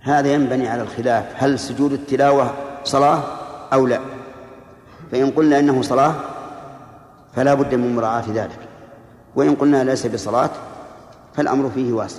هذا ينبني على الخلاف، هل سجود التلاوة صلاة أو لا؟ فإن قلنا إنه صلاة فلا بد من مراعاة ذلك، وإن قلنا ليس بصلاة فالأمر فيه واسع.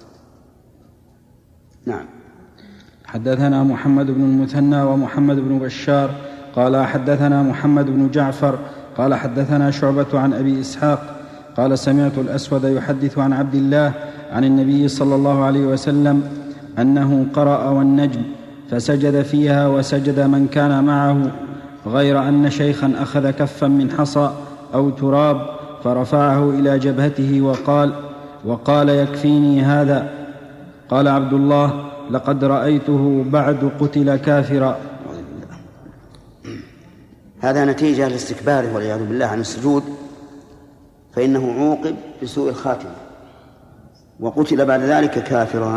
نعم. حدثنا محمد بن المثنى ومحمد بن بشار قال حدثنا محمد بن جعفر قال حدثنا شعبة عن أبي إسحاق قال سمعت الأسود يحدث عن عبد الله عن النبي صلى الله عليه وسلم أنه قرأ والنجم فسجد فيها وسجد من كان معه، غير أن شيخا أخذ كفا من حصى أو تراب فرفعه إلى جبهته وقال يكفيني هذا. قال عبد الله لقد رأيته بعد قتل كافرا. هذا نتيجة لاستكباره والعياذ بالله عن السجود، فإنه عوقب بسوء الخاتمة وقتل بعد ذلك كافرا.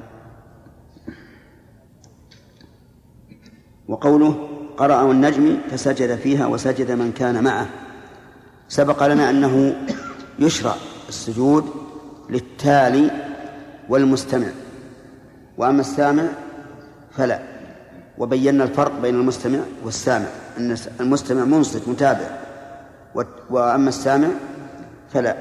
وقوله قرأ والنجم فسجد فيها وسجد من كان معه، سبق لنا أنه يشرع السجود للتالي والمستمع، وأما السامع فلا، وبينا الفرق بين المستمع والسامع، أن المستمع منصت متابع، وأما السامع فلا.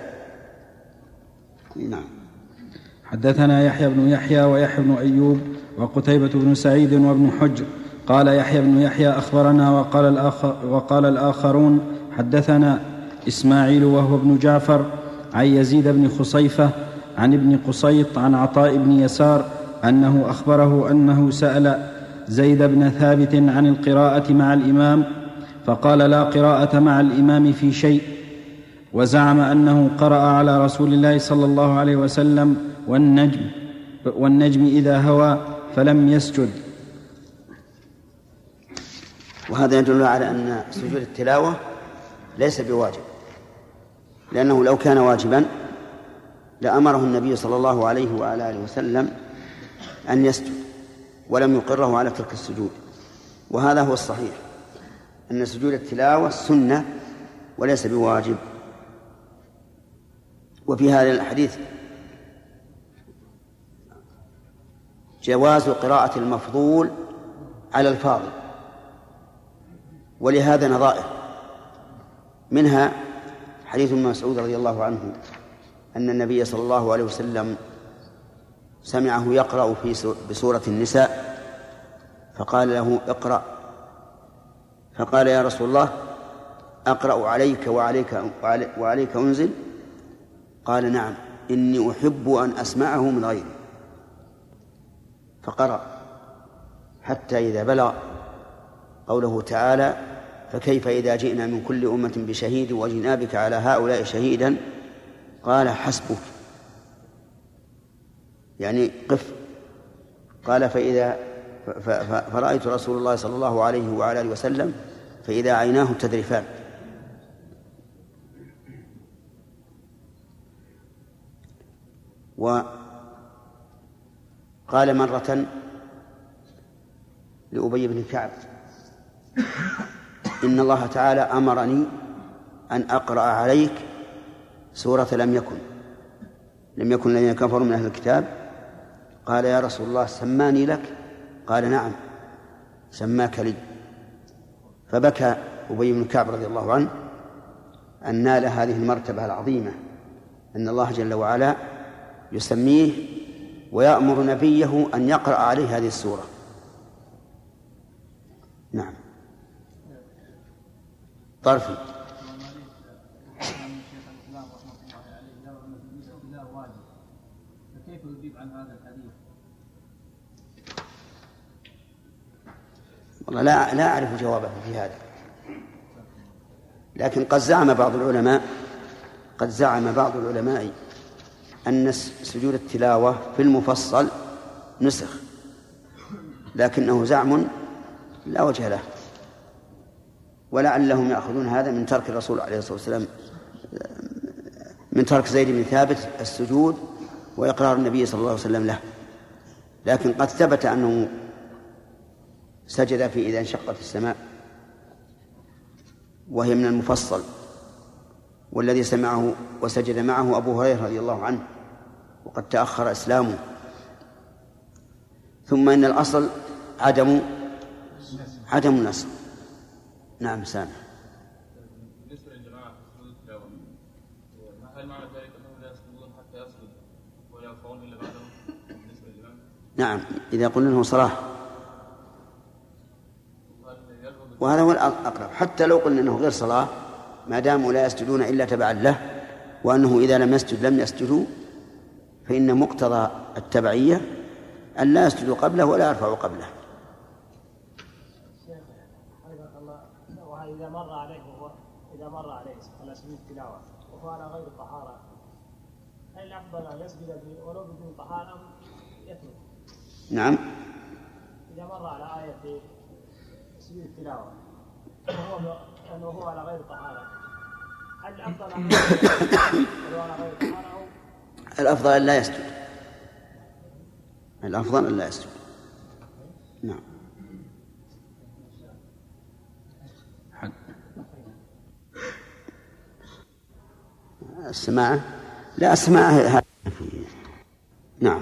نعم. حدثنا يحيى بن يحيى ويحيى بن أيوب وقتيبة بن سعيد وابن حجر قال يحيى بن يحيى أخبرنا وقال الآخرون حدثنا إسماعيل وهو ابن جعفر عن يزيد بن خصيفة عن ابن قصيط عن عطاء بن يسار أنه أخبره أنه سأل زيد بن ثابت عن القراءة مع الإمام فقال لا قراءة مع الإمام في شيء، وزعم أنه قرأ على رسول الله صلى الله عليه وسلم والنجم إذا هوى فلم يسجد. وهذا يدل على أن سجود التلاوة ليس بواجب، لأنه لو كان واجبا لأمره النبي صلى الله عليه وعلى آله وسلم أن يسجد ولم يقره على ترك السجود. وهذا هو الصحيح، أن سجود التلاوة سنة وليس بواجب. وفي هذا الحديث جواز قراءة المفضول على الفاضل، ولهذا نظائر، منها حديث ابن مسعود رضي الله عنه أن النبي صلى الله عليه وسلم سمعه يقرأ بسورة النساء فقال له اقرأ، فقال يا رسول الله أقرأ عليك وعليك أنزل؟ قال نعم إني أحب أن أسمعه من غيري، فقرأ حتى إذا بلغ قوله تعالى فكيف إذا جئنا من كل أمة بشهيد وجئنا بك على هؤلاء شهيدا، قال حسبك، يعني قف. قال فرأيت رسول الله صلى الله عليه وعلى آله وسلم فإذا عيناه تذرفان. وقال مرة لأبي بن كعب إن الله تعالى أمرني أن أقرأ عليك سورة لم يكن الذين كفروا من أهل الكتاب. قال يا رسول الله سماني لك؟ قال نعم سماك لي. فبكى أبي بن كعب رضي الله عنه أن نال هذه المرتبة العظيمة، أن الله جل وعلا يسميه ويأمر نبيه أن يقرأ عليه هذه السورة. نعم. طرفي. كيف يجيب عن هذا الحديث؟ والله لا أعرف جوابه في هذا، لكن قد زعم بعض العلماء أن سجود التلاوة في المفصل نسخ، لكنه زعم لا وجه له، ولعلهم يأخذون هذا من ترك الرسول عليه الصلاة والسلام، من ترك زيد بن ثابت السجود وإقرار النبي صلى الله عليه وسلم له. لكن قد ثبت أنه سجد في إذا انشقت السماء، وهي من المفصل، والذي سمعه وسجد معه أبو هريرة رضي الله عنه، وقد تأخر إسلامه. ثم إن الأصل عدم النسخ. نعم سامع. بالنسبة للجماعة في سجود التلاوة، هل معنى ذلك أنهم لا يسجدون حتى يسجد ولا يرفعون إلا بعدهم بالنسبة للإمام؟ نعم إذا قلنا أنه صلاة، وهذا هو الأقرب. حتى لو قلنا أنه غير صلاة ما داموا لا يسجدون إلا تبعا له، وأنه إذا لم يسجد لم يسجدوا، فإن مقتضى التبعية أن لا يسجدوا قبله ولا يرفعوا قبله. إذا مر عليه على سبيل التلاوة وهو على غير طهارة، هل الأفضل أن يسجد ولو بدون طهارة أم يترك؟ نعم. إذا مر على آية في سبيل التلاوة وهو على غير طهارة، هل الأفضل أن يسجد ولو على غير طهارة أو الأفضل أن لا يسجد؟ الأفضل أن لا يسجد. نعم. السماعة لا السماعة. نعم.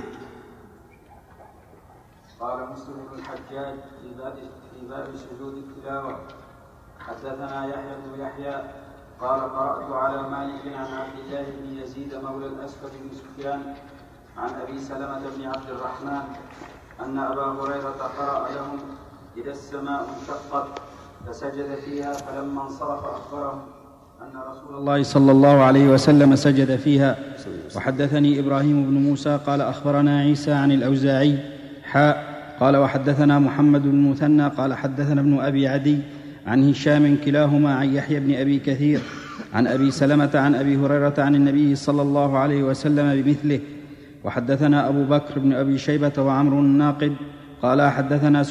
قال مسلم بن الحجاج في باب سجود التلاوة: حدثنا يحيى بن يحيى قال قرأت على مالك عن عبد الله بن يزيد مولى الأسود بن سفيان عن أبي سلمة بن عبد الرحمن أن أبا هريرة قرأ لهم: إذا السماء انشقت، فسجد فيها، فلما انصرف أخبرهم أن رسول الله صلى الله عليه وسلم سجد فيها. وحدثني إبراهيم بن موسى قال أخبرنا عيسى عن الأوزاعي قال وحدثنا محمد بن المثنى قال حدثنا ابن أبي عدي عن هشام كلاهما عن يحيى بن أبي كثير عن أبي سلمة عن أبي هريرة عن النبي صلى الله عليه وسلم بمثله. وحدثنا أبو بكر بن أبي شيبة وعمرو الناقد قال حدثنا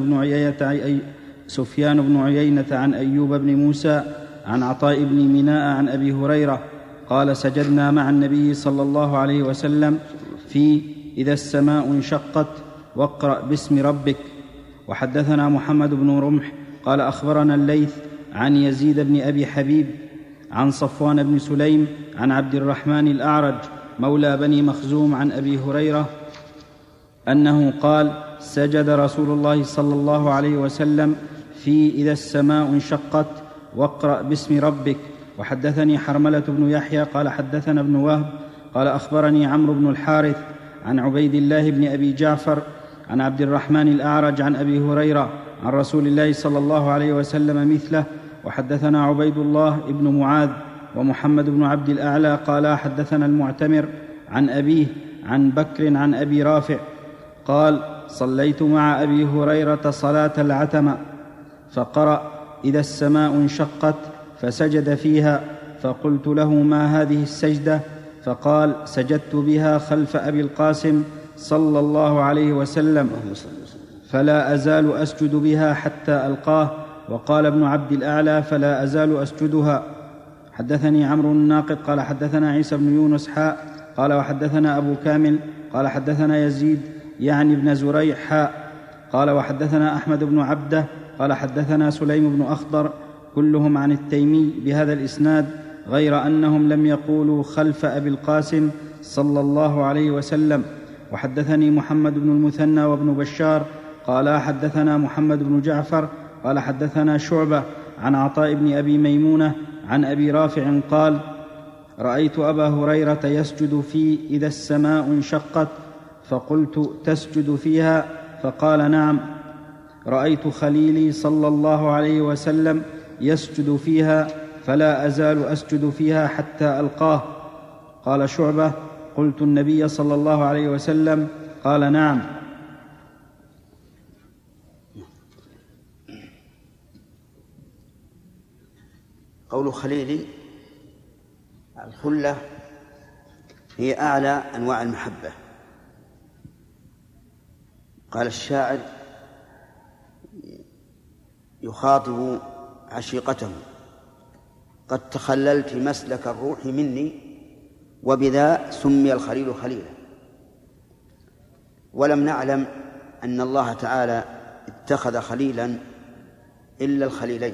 سفيان بن عيينة عن أيوب بن موسى عن عطاء بن مناء عن أبي هريرة قال سجدنا مع النبي صلى الله عليه وسلم في إذا السماء انشقت واقرأ باسم ربك. وحدثنا محمد بن رمح قال أخبرنا الليث عن يزيد بن أبي حبيب عن صفوان بن سليم عن عبد الرحمن الأعرج مولى بني مخزوم عن أبي هريرة أنه قال سجد رسول الله صلى الله عليه وسلم في إذا السماء انشقت واقرأ باسم ربك. وحدثني حرملة بن يحيى قال حدثنا ابن وهب قال أخبرني عمرو بن الحارث عن عبيد الله بن أبي جعفر عن عبد الرحمن الأعرج عن أبي هريرة عن رسول الله صلى الله عليه وسلم مثله. وحدثنا عبيد الله بن معاذ ومحمد بن عبد الأعلى قال حدثنا المعتمر عن أبيه عن بكر عن أبي رافع قال صليت مع أبي هريرة صلاة العتمة فقرأ إذا السماء انشقت فسجد فيها، فقلت له ما هذه السجدة؟ فقال سجدت بها خلف أبي القاسم صلى الله عليه وسلم فلا أزال أسجد بها حتى ألقاه. وقال ابن عبد الأعلى فلا أزال أسجدها. حدثني عمرو الناقد قال حدثنا عيسى بن يونس قال وحدثنا أبو كامل قال حدثنا يزيد يعني بن زريع قال وحدثنا أحمد بن عبده قال حدثنا سليم بن أخضر كلهم عن التيمي بهذا الإسناد غير أنهم لم يقولوا خلف أبي القاسم صلى الله عليه وسلم. وحدثني محمد بن المثنى وابن بشار قال حدثنا محمد بن جعفر قال حدثنا شعبة عن عطاء بن أبي ميمونة عن أبي رافع قال رأيت أبا هريرة يسجد في إذا السماء انشقت فقلت تسجد فيها؟ فقال نعم. رأيت خليلي صلى الله عليه وسلم يسجد فيها فلا أزال أسجد فيها حتى ألقاه. قال شعبة قلت النبي صلى الله عليه وسلم؟ قال نعم. قول خليلي الخلة هي أعلى أنواع المحبة. قال الشاعر يخاطب عشيقته قد تخللت مسلك الروح مني وبذا سمي الخليل خليلا. ولم نعلم أن الله تعالى اتخذ خليلا إلا الخليلين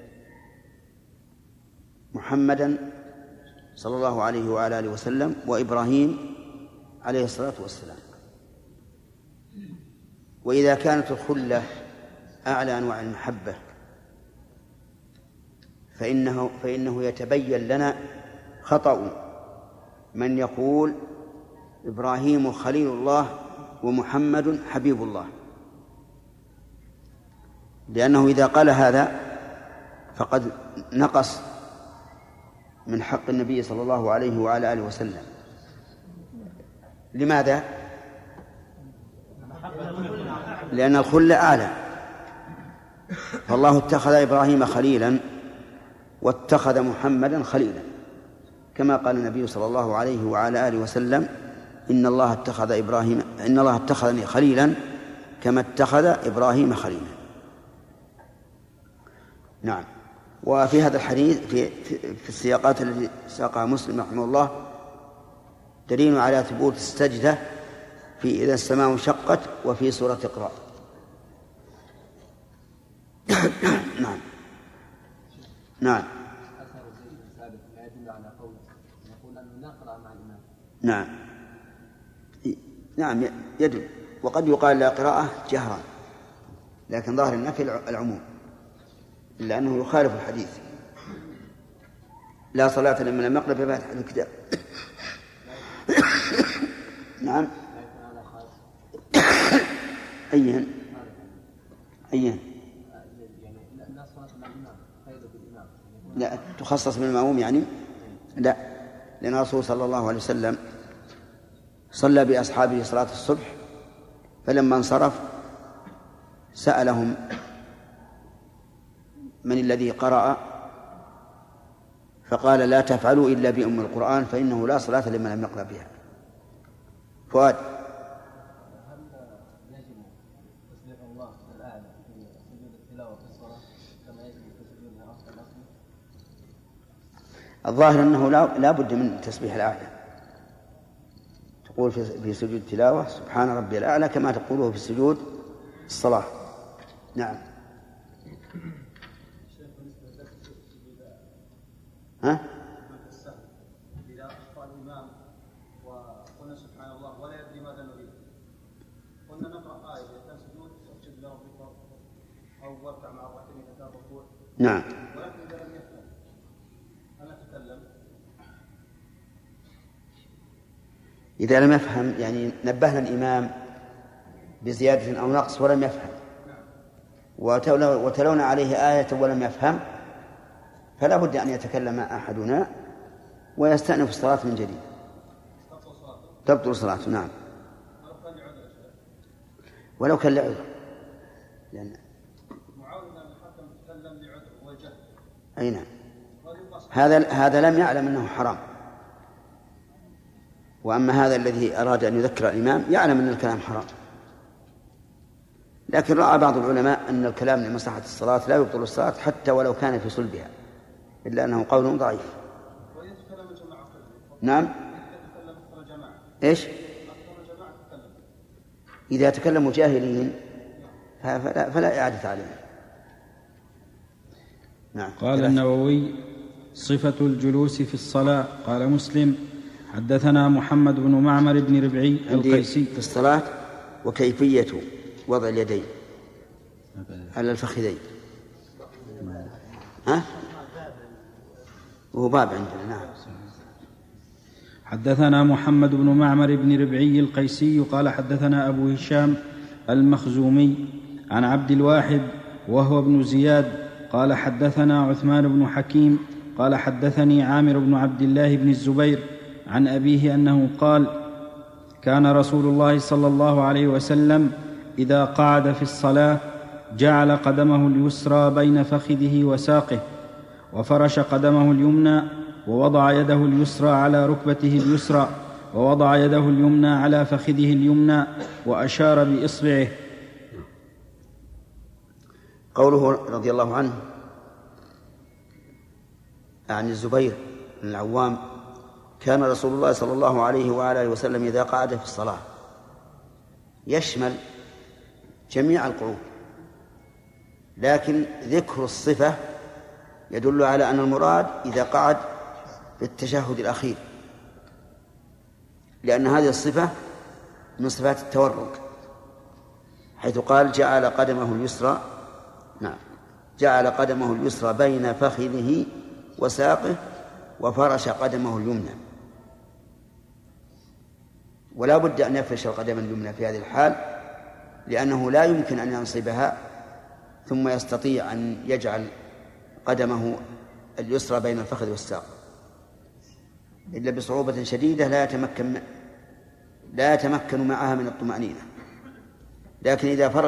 محمدا صلى الله عليه وعلى آله وسلم وإبراهيم عليه الصلاة والسلام. وإذا كانت الخلة أعلى أنواع المحبة فإنه يتبين لنا خطأ من يقول إبراهيم خليل الله ومحمد حبيب الله، لأنه إذا قال هذا فقد نقص من حق النبي صلى الله عليه وعلى آله وسلم. لماذا؟ لأن الخلة أعلى، فالله اتخذ إبراهيم خليلا واتخذ محمدا خليلا، كما قال النبي صلى الله عليه وعلى آله وسلم إن الله اتخذني خليلا كما اتخذ إبراهيم خليلا. نعم. وفي هذا الحديث في السياقات التي ساقها مسلم رحمه الله دليل على ثبوت السجدة في إذا السماء انشقت وفي سورة اقرأ. نعم. نعم. نعم. نعم يدل، وقد يقال لا قراءة جهرا، لكن ظاهر النفي العموم، إلا أنه يخالف الحديث لا صلاة لمن لم يقرأ بفاتحة الكتاب. نعم. أيهن لا تخصص بالمأموم يعني لا، لأن الرسول صلى الله عليه وسلم صلى بأصحابه صلاة الصبح، فلما انصرف سألهم من الذي قرأ، فقال لا تفعلوا إلا بأم القرآن فإنه لا صلاة لمن لم يقرأ بها. فؤاد. الظاهر أنه لا بد من تسبيح الأعلى، تقول في سجود التلاوة سبحان ربي الأعلى كما تقوله في سجود الصلاة. نعم. ها؟ إذا أخطأ الإمام وقلنا سبحان الله ولا يدري ماذا نريد، قلنا نقرأ آية إذا كان سجود فاسجد لربك أو واركع مع الراكعين إذا كان ركوع. نعم. ولكن إذا لم يفهم هل نتكلم؟ إذا لم يفهم يعني نبهنا الإمام بزيادة أو نقص ولم يفهم، وتلونا عليه آية ولم يفهم، فلا بد أن يتكلم أحدنا ويستأنف الصلاة من جديد. تبطل صلاته. نعم. ولو كان لعذر، لأن أي نعم هذا لم يعلم أنه حرام. وأما هذا الذي أراد أن يذكر الإمام يعلم أن الكلام حرام، لكن رأى بعض العلماء أن الكلام لمصلحة الصلاة لا يبطل الصلاة حتى ولو كان في صلبها، إلا أنه قول ضعيف. نعم. إيش؟ إذا تكلموا جاهلين فلا إعادة عليهم. نعم. قال النووي صفة الجلوس في الصلاة. قال مسلم حدثنا محمد بن معمر بن ربعي القيسي في الصلاة وكيفية وضع اليدين على الفخذين. ها؟ وهو باب عندنا. نعم. حدثنا محمد بن معمر بن ربعي القيسي قال حدثنا أبو هشام المخزومي عن عبد الواحد وهو ابن زياد قال حدثنا عثمان بن حكيم قال حدثني عامر بن عبد الله بن الزبير عن أبيه أنه قال كان رسول الله صلى الله عليه وسلم إذا قعد في الصلاة جعل قدمه اليسرى بين فخذه وساقه وفرش قدمه اليمنى ووضع يده اليسرى على ركبته اليسرى ووضع يده اليمنى على فخذه اليمنى وأشار بإصبعه. قوله رضي الله عنه عن الزبير بن العوام كان رسول الله صلى الله عليه وآله وسلم إذا قعد في الصلاة يشمل جميع القعود، لكن ذكر الصفة يدل على أن المراد إذا قعد في التشهد الأخير، لأن هذه الصفة من صفات التورك حيث قال جعل قدمه اليسرى، نعم، جعل قدمه اليسرى بين فخذه وساقه وفرش قدمه اليمنى. ولا بد أن يفرش القدم اليمنى في هذه الحال، لأنه لا يمكن أن ينصبها ثم يستطيع أن يجعل قدمه اليسرى بين الفخذ والساق إلا بصعوبة شديدة لا يتمكن معها من الطمأنينة. لكن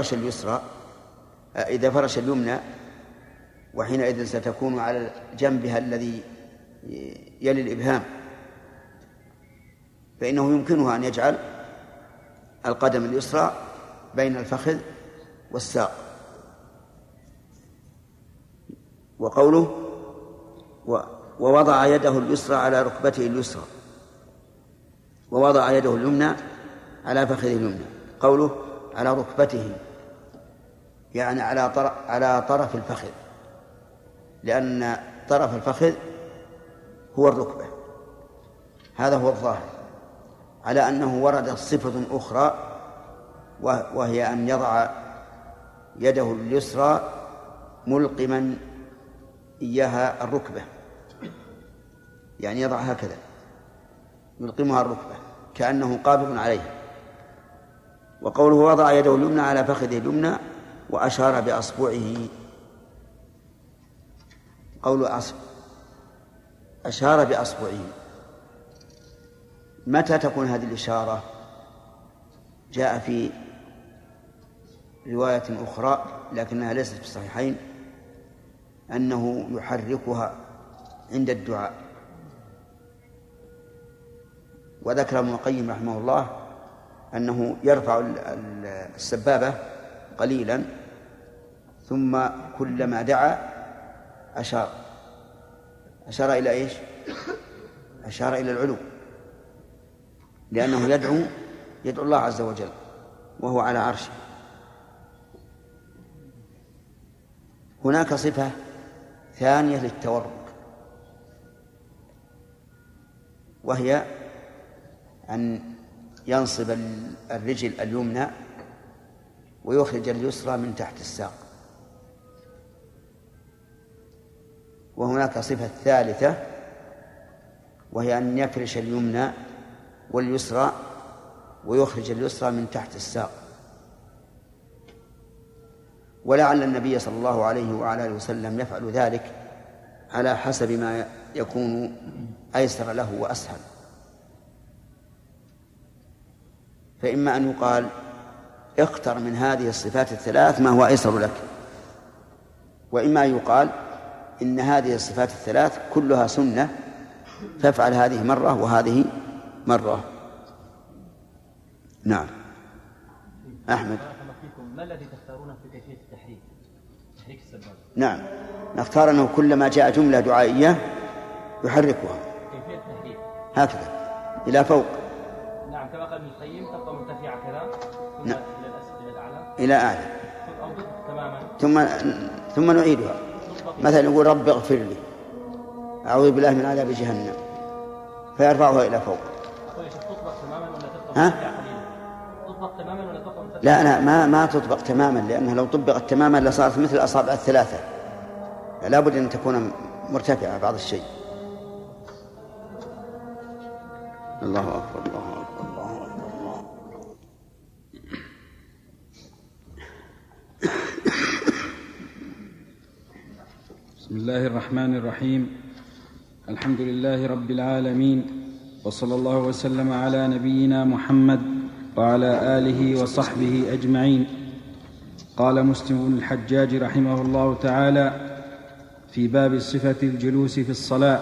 إذا فرش اليمنى، وحينئذ ستكون على جنبها الذي يلي الإبهام، فإنه يمكنها أن يجعل القدم اليسرى بين الفخذ والساق. وقوله ووضع يده اليسرى على ركبته اليسرى ووضع يده اليمنى على فخذه اليمنى، قوله على ركبته يعني على طرف الفخذ، لأن طرف الفخذ هو الركبة، هذا هو الظاهر، على أنه وردت صفة أخرى وهي أن يضع يده اليسرى ملقما إياها الركبة، يعني يضع هكذا يلقمها الركبة كأنه قابض عليها. وقوله وضع يده اليمنى على فخذه اليمنى وأشار بأصبعه، قول أشار بأصبعه، متى تكون هذه الإشارة؟ جاء في رواية أخرى لكنها ليست في الصحيحين أنه يحركها عند الدعاء. وذكر ابن القيم رحمه الله أنه يرفع السبابة قليلا ثم كلما دعا أشار إلى إيش؟ أشار إلى العلو، لأنه يدعو الله عز وجل وهو على عرشه. هناك صفة ثانية للتورك، وهي أن ينصب الرجل اليمنى ويخرج اليسرى من تحت الساق. وهناك صفة ثالثة وهي أن يفرش اليمنى واليسرى ويخرج اليسرى من تحت الساق. ولعل النبي صلى الله عليه وعلى آله وسلم يفعل ذلك على حسب ما يكون أيسر له وأسهل، فإما أن يقال اختر من هذه الصفات الثلاث ما هو أيسر لك، وإما أن يقال إن هذه الصفات الثلاث كلها سنة فافعل هذه مرة وهذه مرة. نعم. أحمد، ما الذي تختارونه في كيفية تحريك السبابة؟ نعم، نختار أنه كلما جاء جملة دعائية يحركها كيفية التحريك هكذا إلى فوق. نعم، كما قال ابن القيم تبقى مرتفعة كذا ثم نعم. إلى الأسفل إلى الأعلى إلى أعلى أو ضد تماما ثم نعيدها. مثلا يقول رب اغفر لي، أعوذ بالله من عذاب جهنم، فيرفعها إلى فوق. تطبق تماما ولا تبقى مرتفعة قليلا؟ تطبق تماما ولا تبقى مرتفعة؟ لا ما تطبق تماما، لأنها لو طبقت تماما لصارت مثل الأصابع الثلاثة، لا بد أن تكون مرتفعة بعض الشيء. الله أكبر الله أكبر الله أكبر الله. بسم الله الرحمن الرحيم. الحمد لله رب العالمين، وصلى الله وسلم على نبينا محمد وعلى آله وصحبه أجمعين. قال مسلم بن الحجاج رحمه الله تعالى في باب صفة الجلوس في الصلاة: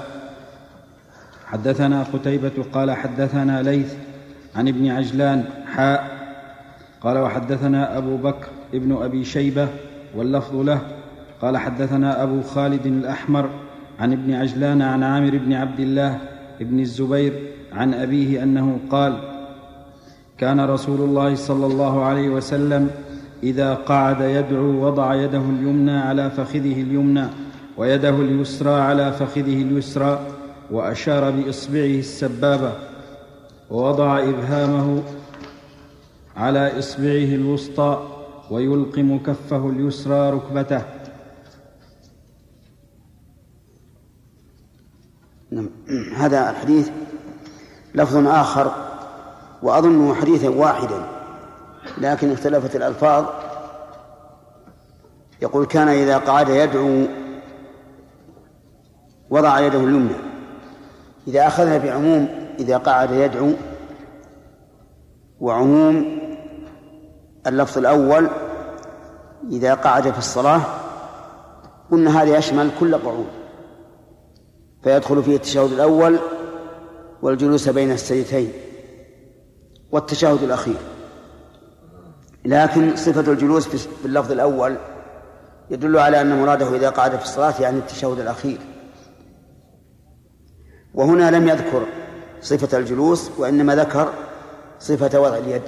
حدثنا قتيبة قال حدثنا ليث عن ابن عجلان قال وحدثنا أبو بكر ابن أبي شيبة واللفظ له قال حدثنا أبو خالد الأحمر عن ابن عجلان عن عامر بن عبد الله ابن الزبير عن أبيه أنه قال: كان رسول الله صلى الله عليه وسلم إذا قعد يدعو وضع يده اليمنى على فخذه اليمنى ويده اليسرى على فخذه اليسرى، وأشار بإصبعه السبابة ووضع إبهامه على إصبعه الوسطى ويلقم كفه اليسرى ركبته. هذا الحديث لفظ آخر وأظنه حديثا واحدا لكن اختلفت الألفاظ. يقول: كان إذا قعد يدعو وضع يده اليمنى. إذا أخذنا بعموم إذا قعد يدعو وعموم اللفظ الأول إذا قعد في الصلاة، قلنا هذا يشمل كل قعود، فيدخل فيه التشهد الأول والجلوس بين السجدتين والتشهد الأخير. لكن صفة الجلوس في اللفظ الأول يدل على أن مراده إذا قعد في الصلاة يعني التشهد الأخير، وهنا لم يذكر صفة الجلوس وإنما ذكر صفة وضع اليد.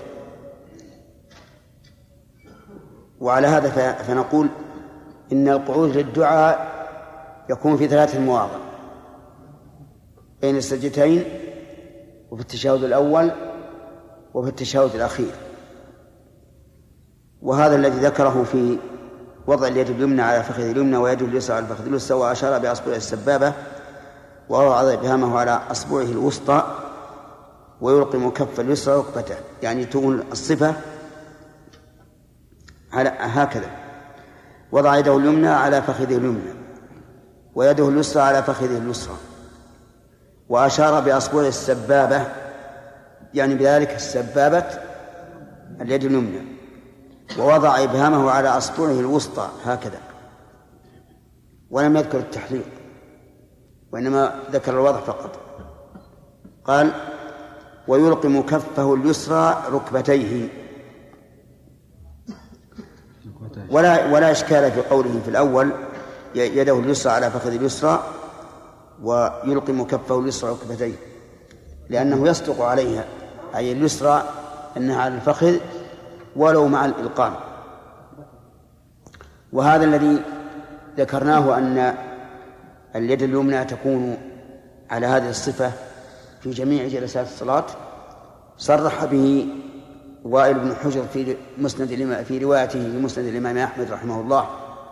وعلى هذا فنقول إن القعود للدعاء يكون في 3 مواضع: بين السجدتين، وفي التشهد الأول، وفي التشهد الأخير. وهذا الذي ذكره في وضع اليد اليمنى على فخذ اليمنى ويده اليسرى على الفخذ اليسرى، وأشار بأصبعه السبابة ووضع إبهامه على أصبعه الوسطى ويلقم كف اليسرى ركبته، يعني تكون الصفة على هكذا: وضع يده اليمنى على فخذه اليمنى ويده اليسرى على فخذه اليسرى، وأشار بأصبعه السبابة، يعني بذلك السبابة اليد اليمنى، ووضع إبهامه على أصبعه الوسطى هكذا، ولم يذكر التحليق وإنما ذكر الوضع فقط. قال: ويلقم كفه اليسرى ركبتيه. ولا إشكال في قوله في الأول يده اليسرى على فخذ اليسرى ويلقم كفه اليسرى ركبتيه، لأنه يصدق عليها، أي اليسرى أنها على الفخذ ولو مع الإلقام. وهذا الذي ذكرناه أن اليد اليمنى تكون على هذه الصفة في جميع جلسات الصلاة صرح به وائل بن حجر في روايته في مسند الإمام أحمد رحمه الله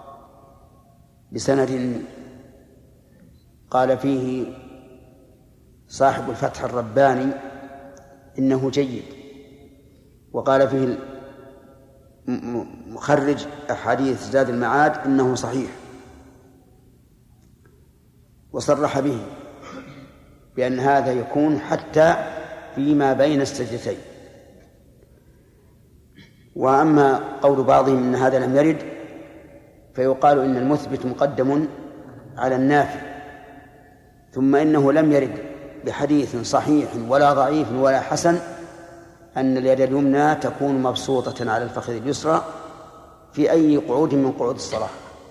بسند قال فيه صاحب الفتح الرباني إنه جيد، وقال فيه مخرج أحاديث زاد المعاد إنه صحيح، وصرح به بأن هذا يكون حتى فيما بين السجدتين. وأما قول بعضهم إن هذا لم يرد فيقال إن المثبت مقدم على النافي، ثم إنه لم يرد بحديث صحيح ولا ضعيف ولا حسن أن اليد اليمنى تكون مبسوطة على الفخذ اليسرى في أي قعود من قعود الصلاة.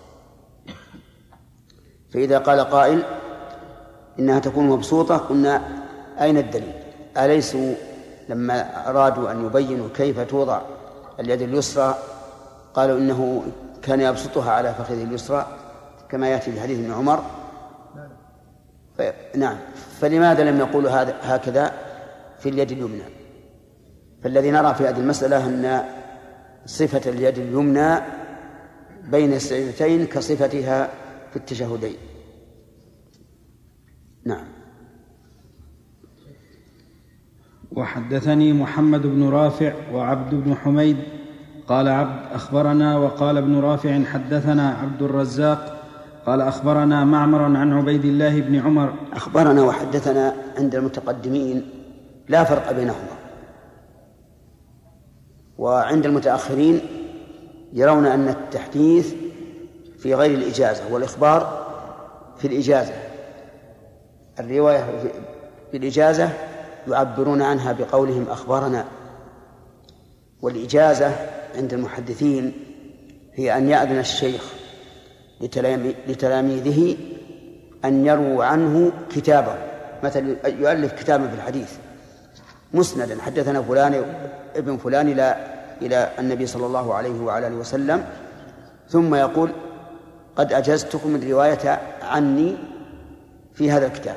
فإذا قال قائل إنها تكون مبسوطة قلنا أين الدليل؟ أليسوا لما أرادوا أن يبينوا كيف توضع اليد اليسرى قالوا إنه كان يبسطها على فخذه اليسرى كما يأتي في حديث ابن عمر؟ نعم، فلماذا لم يقولوا هكذا في اليد اليمنى؟ فالذي نرى في هذه المسألة أن صفة اليد اليمنى بين السجدتين كصفتها في التشهدين. نعم. وحدثني محمد بن رافع وعبد بن حميد قال عبد أخبرنا، وقال ابن رافع حدثنا عبد الرزاق قال أخبرنا معمر عن عبيد الله بن عمر. أخبرنا وحدثنا عند المتقدمين لا فرق بينهما، وعند المتأخرين يرون أن التحديث في غير الإجازة والإخبار في الإجازة. الرواية بالإجازة يعبرون عنها بقولهم أخبرنا، والإجازة عند المحدثين هي أن يأذن الشيخ لتلاميذه أن يرووا عنه كتابا، مثل يؤلف كتابا في الحديث مسندا حدثنا فلان ابن فلان إلى النبي صلى الله عليه وعلى آله وسلم، ثم يقول قد أجزتكم الرواية عني في هذا الكتاب.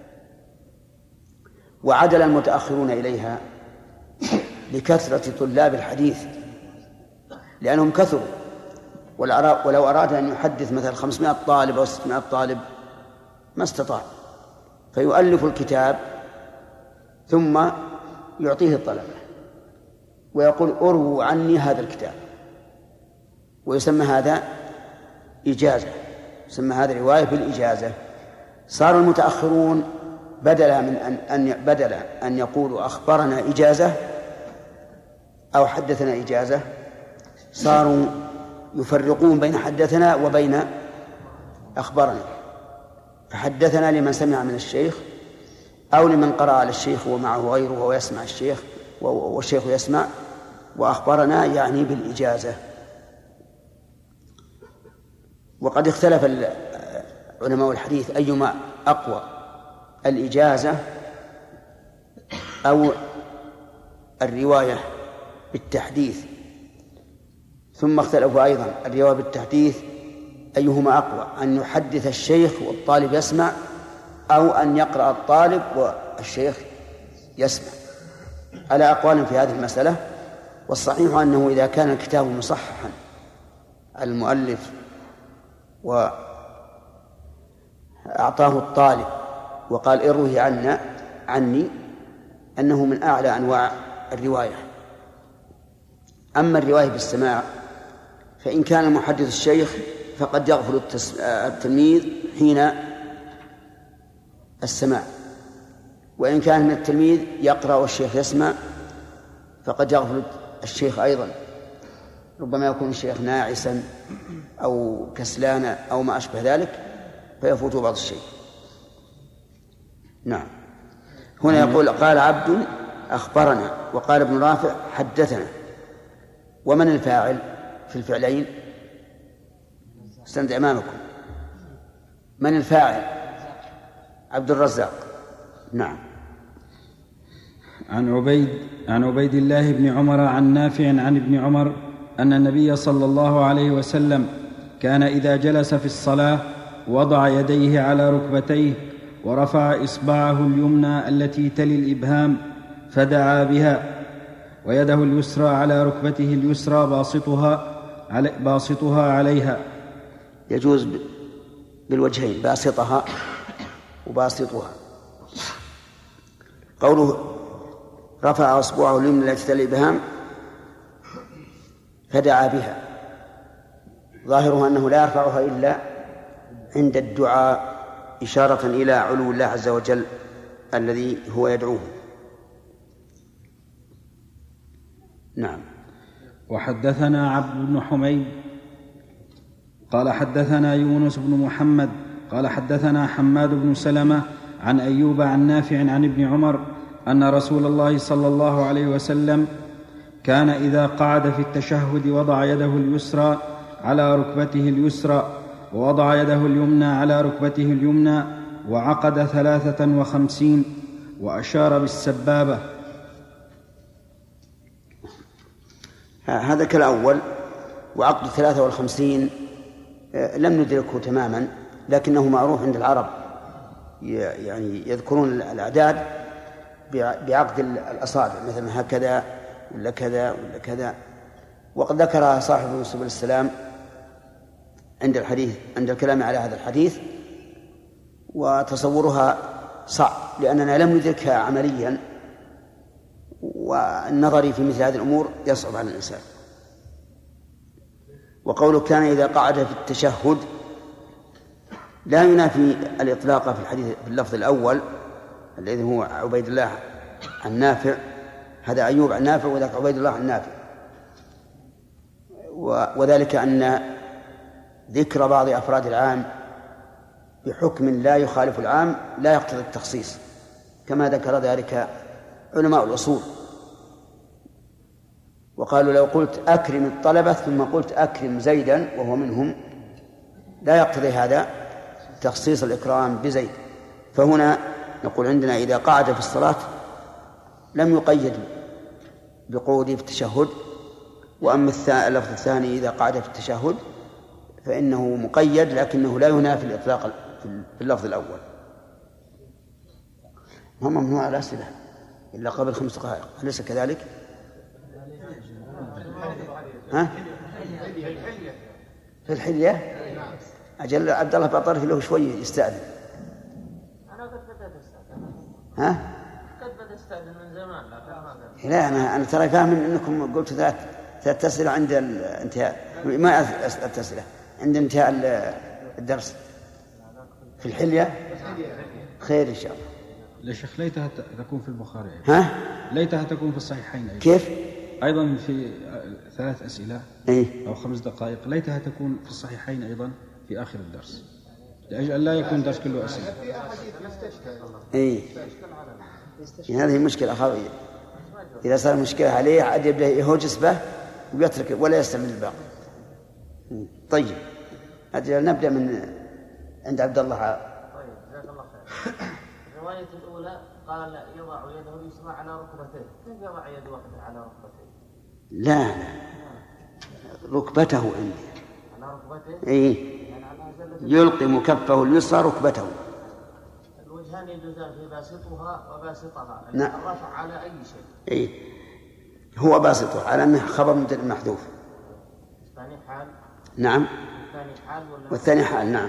وعدل المتأخرون إليها لكثرة طلاب الحديث، لأنهم كثروا، ولو أراد أن يحدث مثلا 500 طالب أو 600 طالب ما استطاع، فيؤلف الكتاب ثم يعطيه الطلبة ويقول أرووا عني هذا الكتاب، ويسمى هذا إجازة، يسمى هذا رواية بالإجازة. صار المتأخرون بدل أن يقولوا أخبرنا إجازة أو حدثنا إجازة، صاروا يفرقون بين حدثنا وبين أخبرنا، فحدثنا لمن سمع من الشيخ أو لمن قرأ على الشيخ ومعه غيره وهو يسمع الشيخ والشيخ يسمع، وأخبرنا يعني بالإجازة. وقد اختلف علماء الحديث أيما أقوى، الإجازة أو الرواية بالتحديث، ثم اختلفوا أيضا الرواية بالتحديث أيهما أقوى، أن يحدث الشيخ والطالب يسمع أو أن يقرأ الطالب والشيخ يسمع، على أقوال في هذه المسألة. والصحيح أنه إذا كان الكتاب مصححا على المؤلف وأعطاه الطالب وقال اروه عني أنه من أعلى أنواع الرواية. أما الرواية بالسماع فإن كان المحدث الشيخ فقد يغفل التلميذ حين السماع، وإن كان من التلميذ يقرأ والشيخ يسمع فقد يغفل الشيخ أيضا، ربما يكون الشيخ ناعسا أو كسلانا أو ما أشبه ذلك فيفوت بعض الشيء. نعم. هنا يقول قال عبد أخبرنا، وقال ابن رافع حدثنا. ومن الفاعل في الفعلين؟ استند أمامكم. من الفاعل؟ عبد الرزاق. نعم. عن عبيد الله بن عمر عن نافع عن ابن عمر أن النبي صلى الله عليه وسلم كان إذا جلس في الصلاة وضع يديه على ركبتيه ورفع إصبعه اليمنى التي تلي الإبهام فدعا بها، ويده اليسرى على ركبته اليسرى باسطها عليها. يجوز بالوجهين، باسطها وباسطها. قوله رفع أصبعه اليمنى التي تلي الإبهام فدعا بها، ظاهرها أنه لا يرفعها إلا عند الدعاء، إشارة إلى علو الله عز وجل الذي هو يدعوه. نعم. وحدثنا عبد بن حميد قال حدثنا يونس بن محمد قال حدثنا حماد بن سلمة عن أيوب عن نافع عن ابن عمر أن رسول الله صلى الله عليه وسلم كان إذا قعد في التشهد وضع يده اليسرى على ركبته اليسرى ووضع يده اليمنى على ركبته اليمنى وعقد 53 وأشار بالسبابة. هذا كالأول. وعقد 53 لم ندركه تماما، لكنه معروف عند العرب، يعني يذكرون الأعداد بعقد الأصابع، مثلا هكذا ولا كذا ولا كذا. وقد ذكرها صاحب سبل السلام عند الكلام على هذا الحديث، وتصورها صعب لأننا لم ندركها عمليا، والنظر في مثل هذه الأمور يصعب على الإنسان. وقوله كان إذا قعد في التشهد لا ينافي الإطلاق في الحديث في اللفظ الأول الذي هو عبيد الله عن نافع، هذا أيوب عن نافع وذاك عبيد الله عن نافع، وذلك أن ذكر بعض أفراد العام بحكم لا يخالف العام لا يقتضي التخصيص، كما ذكر ذلك علماء الأصول، وقالوا لو قلت أكرم الطلبة ثم قلت أكرم زيدا وهو منهم لا يقتضي هذا تخصيص الإكرام بزيد. فهنا نقول عندنا إذا قعد في الصلاة لم يقيد بقعوده في التشهد، وأما اللفظ الثاني إذا قعد في التشهد فإنه مقيد لكنه لا ينافي الإطلاق في اللفظ الأول. ما ممنوع الأسئلة إلا قبل 5 دقائق، أليس كذلك؟ ها؟ في الحلية. أجل عبد الله بطرف له شوي يستأذن. أنا قد بدأت أستأذن. ها؟ قد بدأت أستأذن من زمان لكن لا أنا ترى فاهم أنكم قلت ثلاث أسئلة عند الانتهاء، ما أسئلة عند انتهاء الدرس في الحلية. خير إن شاء الله. يا شيخ ليتها تكون في البخاري. ها؟ ليتها تكون في الصحيحين أيضا. كيف؟ أيضا في 3 أسئلة أو 5 دقائق، ليتها تكون في الصحيحين أيضا في آخر الدرس، لأجل لا يكون الدرس كله أسئلة. هذه مشكلة أخوية. إذا صار مشكلة عليه عاد يبدأ يهوجس به ويترك ولا يستعمل الباقي. طيب أجل نبدأ من عند عبد الله. طيب جزاك الله خير. الرواية الأولى قال يضع يده اليسرى على ركبتيه. كيف يضع يد واحدة على ركبتيه؟ لا ركبته عندي. على ركبتيه؟ يعني يلقم كفه اليسرى ركبته. الوجهان يجوزان في باسطها وباسطها. نعم. الرفع على أي شيء؟ هو باسطه على أنه خبر محذوف. الثاني حال. نعم. الثاني حال والثاني حال. نعم.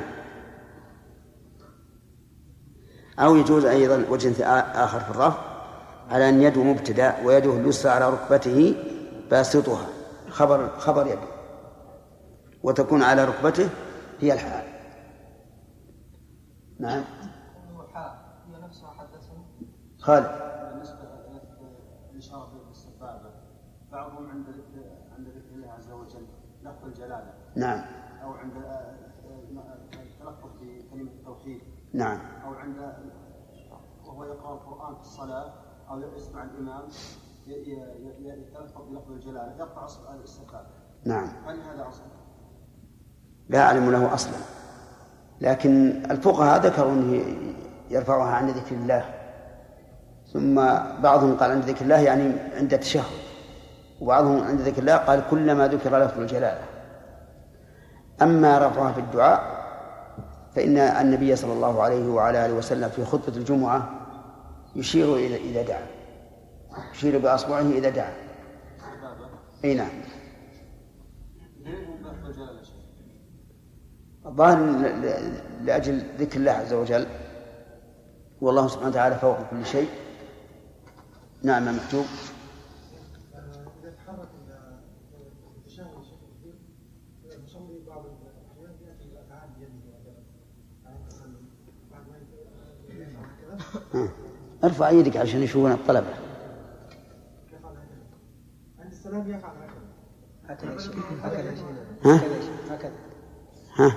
أو يجوز أيضا وجه آخر في الرفع على أن يده مبتدأ ويده اليسرى على ركبته باسطها خبر يده، وتكون على ركبته هي الحال. نعم. هي نفسها حدثنا خالد. بالنسبة للإشارة بالسبابة بعضهم عند ذكر الله عز وجل لفظ الجلالة. نعم. أو عند التلفظ بكلمة التوحيد. نعم. أو عند وهو يقرأ القرآن في الصلاة أو يسمع الإمام يتلفظ بلفظ الجلالة يقطع السبابة. نعم. هل هذا أصل؟ لا أعلم له أصلا، لكن الفقهاء ذكروا أنه يرفعها عند ذكر الله، ثم بعضهم قال عند ذكر الله يعني عند التشهد، وبعضهم عند ذكر الله قال كلما ذكر لفظ الجلالة. أما رفعها في الدعاء فإن النبي صلى الله عليه وعلى آله وسلم في خطبة الجمعة يشير إذا دعا، يشير بأصبعه إذا دعا. أي نعم. الظاهر لأجل ذكر الله عز وجل، والله سبحانه وتعالى فوق كل شيء. نعم مكتوب. إذا تحرك التشهد المصلي بعض الأحيان يأتي الأفعال بيده بعد ما هكذا. ارفع يدك عشان يشوفون الطلبة. عند السلام يفعل هكذا. ها؟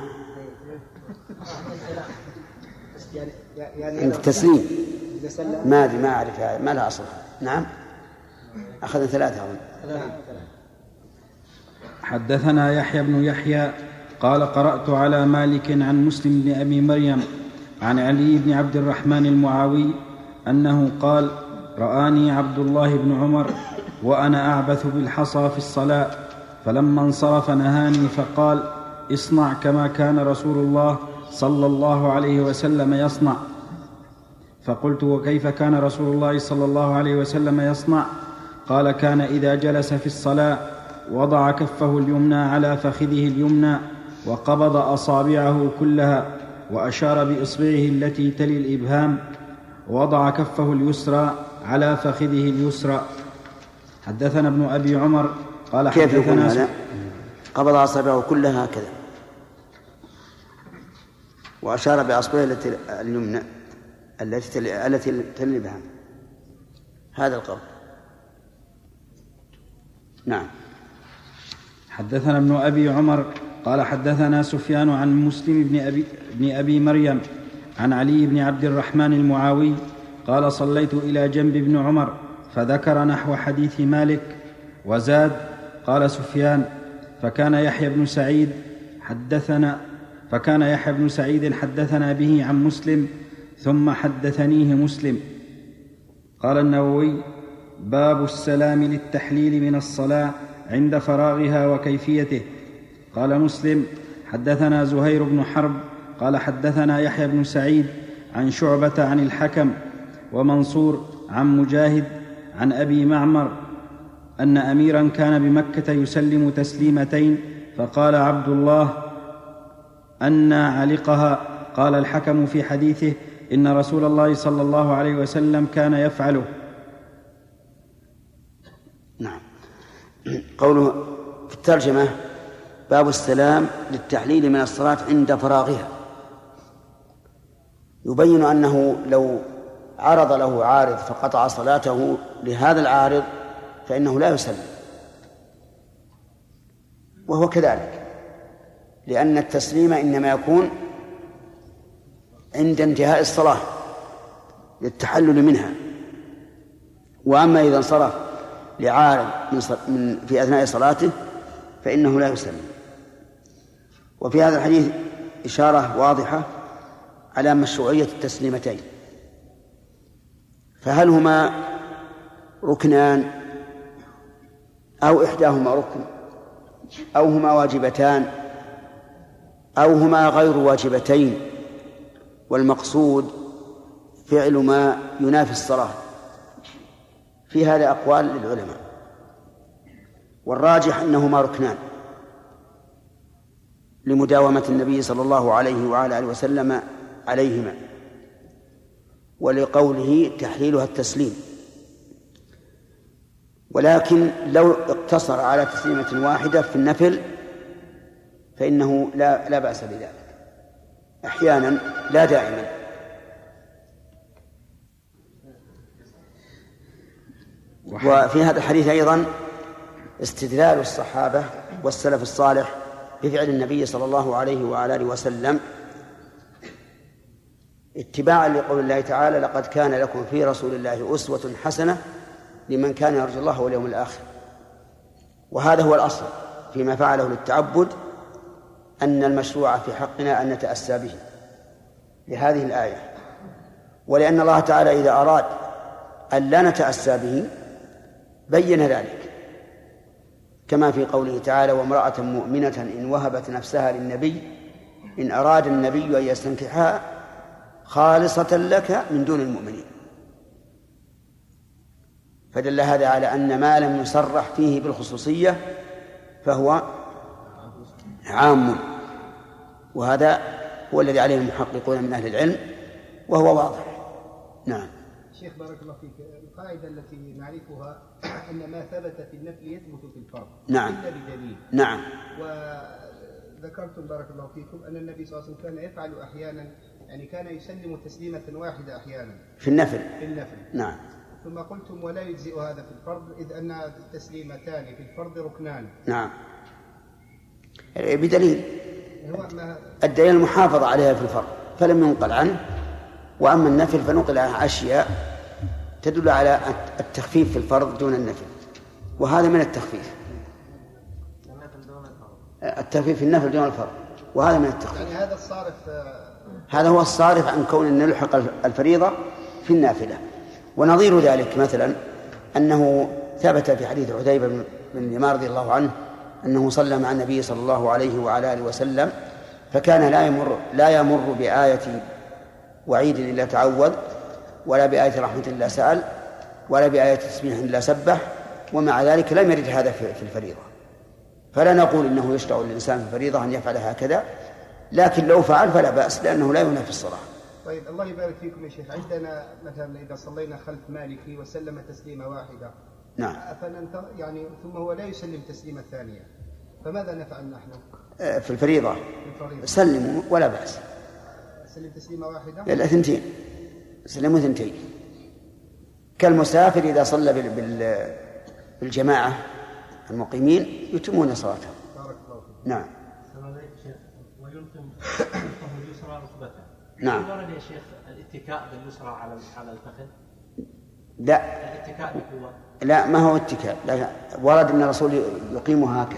يعني عند التسليم ما أدري، ما أعرف، ما لها أصل. نعم. أخذنا 3 هون. حدثنا يحيى بن يحيى قال قرأت على مالك عن مسلم بن أبي مريم عن علي بن عبد الرحمن المعاوي أنه قال رآني عبد الله بن عمر وأنا أعبث بالحصى في الصلاة، فلما انصرف نهاني فقال اصنع كما كان رسول الله صلى الله عليه وسلم يصنع. فقلت وكيف كان رسول الله صلى الله عليه وسلم يصنع؟ قال كان إذا جلس في الصلاة وضع كفه اليمنى على فخذه اليمنى وقبض أصابعه كلها وأشار بإصبعه التي تلي الإبهام، ووضع كفه اليسرى على فخذه اليسرى. حدثنا ابن أبي عمر قال كيف يكون حدثنا هذا؟ قبض أصابعه كلها هكذا وأشار بأصبعه اليمنى التي تلي الإبهام، هذا القول. نعم. حدثنا ابن أبي عمر قال حدثنا سفيان عن مسلم بن أبي مريم عن علي بن عبد الرحمن المعاوي قال صليت إلى جنب ابن عمر فذكر نحو حديث مالك وزاد. قال سفيان فكان يحيى بن سعيد حدثنا به عن مسلم ثم حدثنيه مسلم. قال النووي باب السلام للتحليل من الصلاة عند فراغها وكيفيته. قال مسلم حدثنا زهير بن حرب قال حدثنا يحيى بن سعيد عن شعبة عن الحكم ومنصور عن مجاهد عن أبي معمر أن أميرا كان بمكة يسلم تسليمتين فقال عبد الله: أنى علقها؟ قال الحكم في حديثه: إن رسول الله صلى الله عليه وسلم كان يفعله. نعم. قوله في الترجمة: باب السلام للتحليل من الصلاة عند فراغها، يبين أنه لو عرض له عارض فقطع صلاته لهذا العارض فإنه لا يسلم، وهو كذلك، لأن التسليم إنما يكون عند انتهاء الصلاة للتحلل منها. وأما إذا انصرف لعارض في أثناء صلاته فإنه لا يسلم. وفي هذا الحديث إشارة واضحة على مشروعية التسليمتين، فهل هما ركنان أو إحداهما ركن أو هما واجبتان أو هما غير واجبتين، والمقصود فعل ما ينافي الصلاة؟ في هذا أقوال للعلماء، والراجح أنهما ركنان لمداومة النبي صلى الله عليه وعلى آله وسلم عليهما، ولقوله تحليلها التسليم. ولكن لو اقتصر على تسليمة واحدة في النفل فإنه لا بأس بذلك، أحيانا لا دائما. وفي هذا الحديث أيضا استدلال الصحابة والسلف الصالح بفعل النبي صلى الله عليه وعلى آله وسلم اتباعا لقول الله تعالى: لقد كان لكم في رسول الله أسوة حسنة لمن كان يرجو الله واليوم الآخر. وهذا هو الأصل فيما فعله للتعبد، أن المشروع في حقنا أن نتأسى به لهذه الآية، ولأن الله تعالى إذا أراد أن لا نتأسى به بين ذلك، كما في قوله تعالى: وامرأة مؤمنة إن وهبت نفسها للنبي إن أراد النبي أن يستنكحها خالصة لك من دون المؤمنين. فدل هذا على أن ما لم يصرح فيه بالخصوصية فهو عام، وهذا هو الذي عليه المحققون من أهل العلم، وهو واضح. نعم. شيخ بارك الله فيك، القاعدة التي نعرفها أن ما ثبت في النفل يثبت في الفرض نعم. إلا بدليل. نعم. وذكرتم بارك الله فيكم أن النبي صلى الله عليه وسلم كان يفعل أحيانا، يعني كان يسلم تسليمة واحدة أحيانا في النفل. نعم. ثم قلتم ولا يجزئ هذا في الفرض إذ أن التسليمتان في الفرض ركنان. نعم، بدليل الدليل المحافظة عليها في الفرض فلم ينقل عنه، وأما النفل فنقل أشياء تدل على التخفيف في الفرض دون النفل، وهذا من التخفيف. التخفيف في النفل دون الفرض، وهذا من التخفيف. يعني هذا الصارف، هذا هو الصارف عن كون أن نلحق الفريضة في النافلة. ونظير ذلك مثلا أنه ثبت في حديث عتيبة بن اليمان رضي الله عنه أنه صلى مع النبي صلى الله عليه وعلى آله وسلم، فكان لا يمر بآية وعيد إلا تعوذ، ولا بآية رحمة إلا سأل، ولا بآية تسبيح إلا سبح، ومع ذلك لم يرد هذا في الفريضة. فلا نقول إنه يشرع الإنسان في الفريضة أن يفعل هكذا، لكن لو فعل فلا بأس، لأنه لا ينافي الصلاة. طيب الله يبارك فيكم يا شيخ، عندنا مثلا إذا صلينا خلف مالكي وسلم تسليمة واحدة، نعم، يعني ثم هو لا يسلم تسليمة ثانية، فماذا نفعل نحن؟ في الفريضة سلموا ولا بأس. سلم تسليمة واحدة؟ لا، ثنتين، سلموا ثنتين، كالمسافر إذا صلى بالجماعة المقيمين يتمون صلاتهم. بارك الله فيك. نعم. ويلقم اليسرى ركبته. نعم. ورد يا شيخ الاتكاء باليسرى على الفخذ؟ لا. الاتكاء بقوة؟ لا، ما هو اتكاء، لا، ورد أن الرسول يقيمها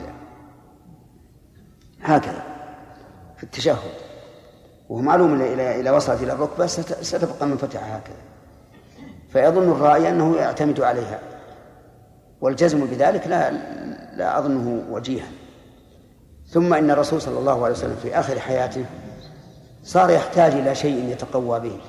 هكذا في التشهد، وهو معلوم إلى وصلت إلى الركبة ستبقى منفتحة هكذا، فيظن الرائي أنه يعتمد عليها، والجزم بذلك لا أظنه وجيها. ثم إن الرسول صلى الله عليه وسلم في آخر حياته صار يحتاج إلى شيء يتقوى به،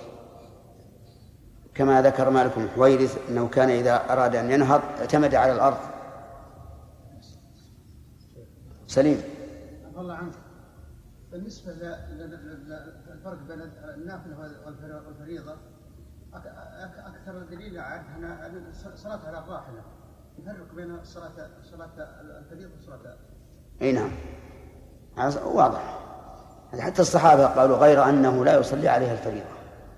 كما ذكر مالك بن حويرث أنه كان إذا أراد أن ينهض اعتمد على الأرض. سليم. الله عنك. بالنسبة للفرق بين النافلة والفريضة أكثر دليل عنها صلاة على الراحلة. يفرق بين صلاة الفريضة وصلاة. أي نعم واضح. حتى الصحابة قالوا غير أنه لا يصلي عليها الفريضة.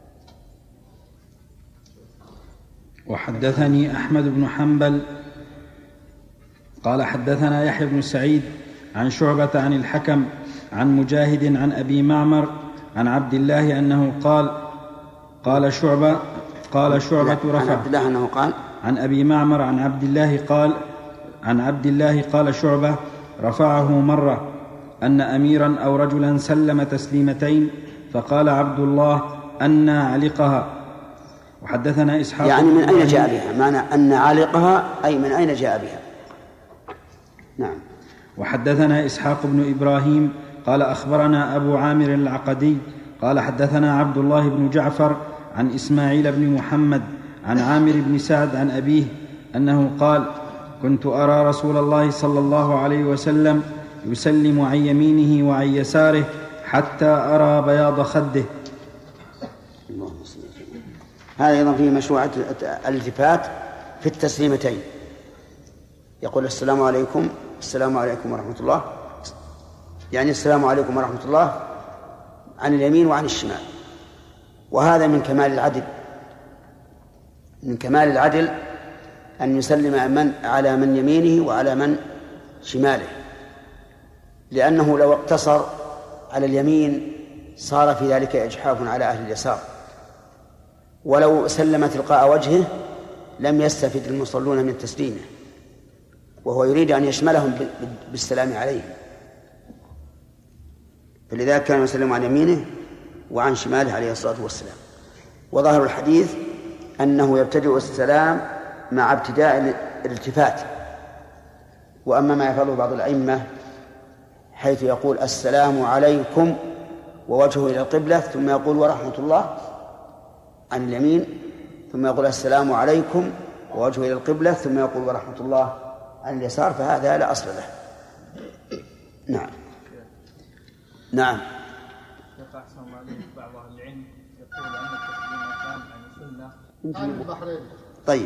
وحدثني أحمد بن حنبل قال حدثنا يحيى بن سعيد عن شعبة عن الحكم عن مجاهد عن أبي معمر عن عبد الله أنه قال شعبة رفع عن عبد الله أنه قال عن أبي معمر عن عبد الله قال شعبة رفعه مرة أن أميرا أو رجلا سلم تسليمتين فقال عبد الله أن علقها. وحدثنا إسحاق يعني من أين جاء بها؟ معنى أن علقها أي من أين جاء بها. نعم. وحدثنا إسحاق بن إبراهيم قال أخبرنا أبو عامر العقدي قال حدثنا عبد الله بن جعفر عن إسماعيل بن محمد عن عامر بن سعد عن أبيه أنه قال كنت أرى رسول الله صلى الله عليه وسلم يسلم عن يمينه وعن يساره حتى أرى بياض خده. هذا أيضا فيه مشروعة الالتفات في التسليمتين. يقول السلام عليكم ورحمة الله، يعني السلام عليكم ورحمة الله عن اليمين وعن الشمال. وهذا من كمال العدل أن يسلم على من يمينه وعلى من شماله، لأنه لو اقتصر على اليمين صار في ذلك إجحاف على أهل اليسار، ولو سلم تلقاء وجهه لم يستفد المصلون من تسليمه، وهو يريد أن يشملهم بالسلام عليهم، فلذلك كان يسلم عن يمينه وعن شماله عليه الصلاة والسلام. وظاهر الحديث أنه يبتدئ السلام مع ابتداء الالتفات. وأما ما يفعله بعض الأئمة حيث يقول السلام عليكم ووجهه إلى القبلة ثم يقول ورحمة الله عن اليمين، ثم يقول السلام عليكم ووجهه إلى القبلة ثم يقول ورحمة الله عن اليسار، فهذا لا أصل له. نعم. بعض أهل العلم يقول أن التسليم كان عن سنة. طيب.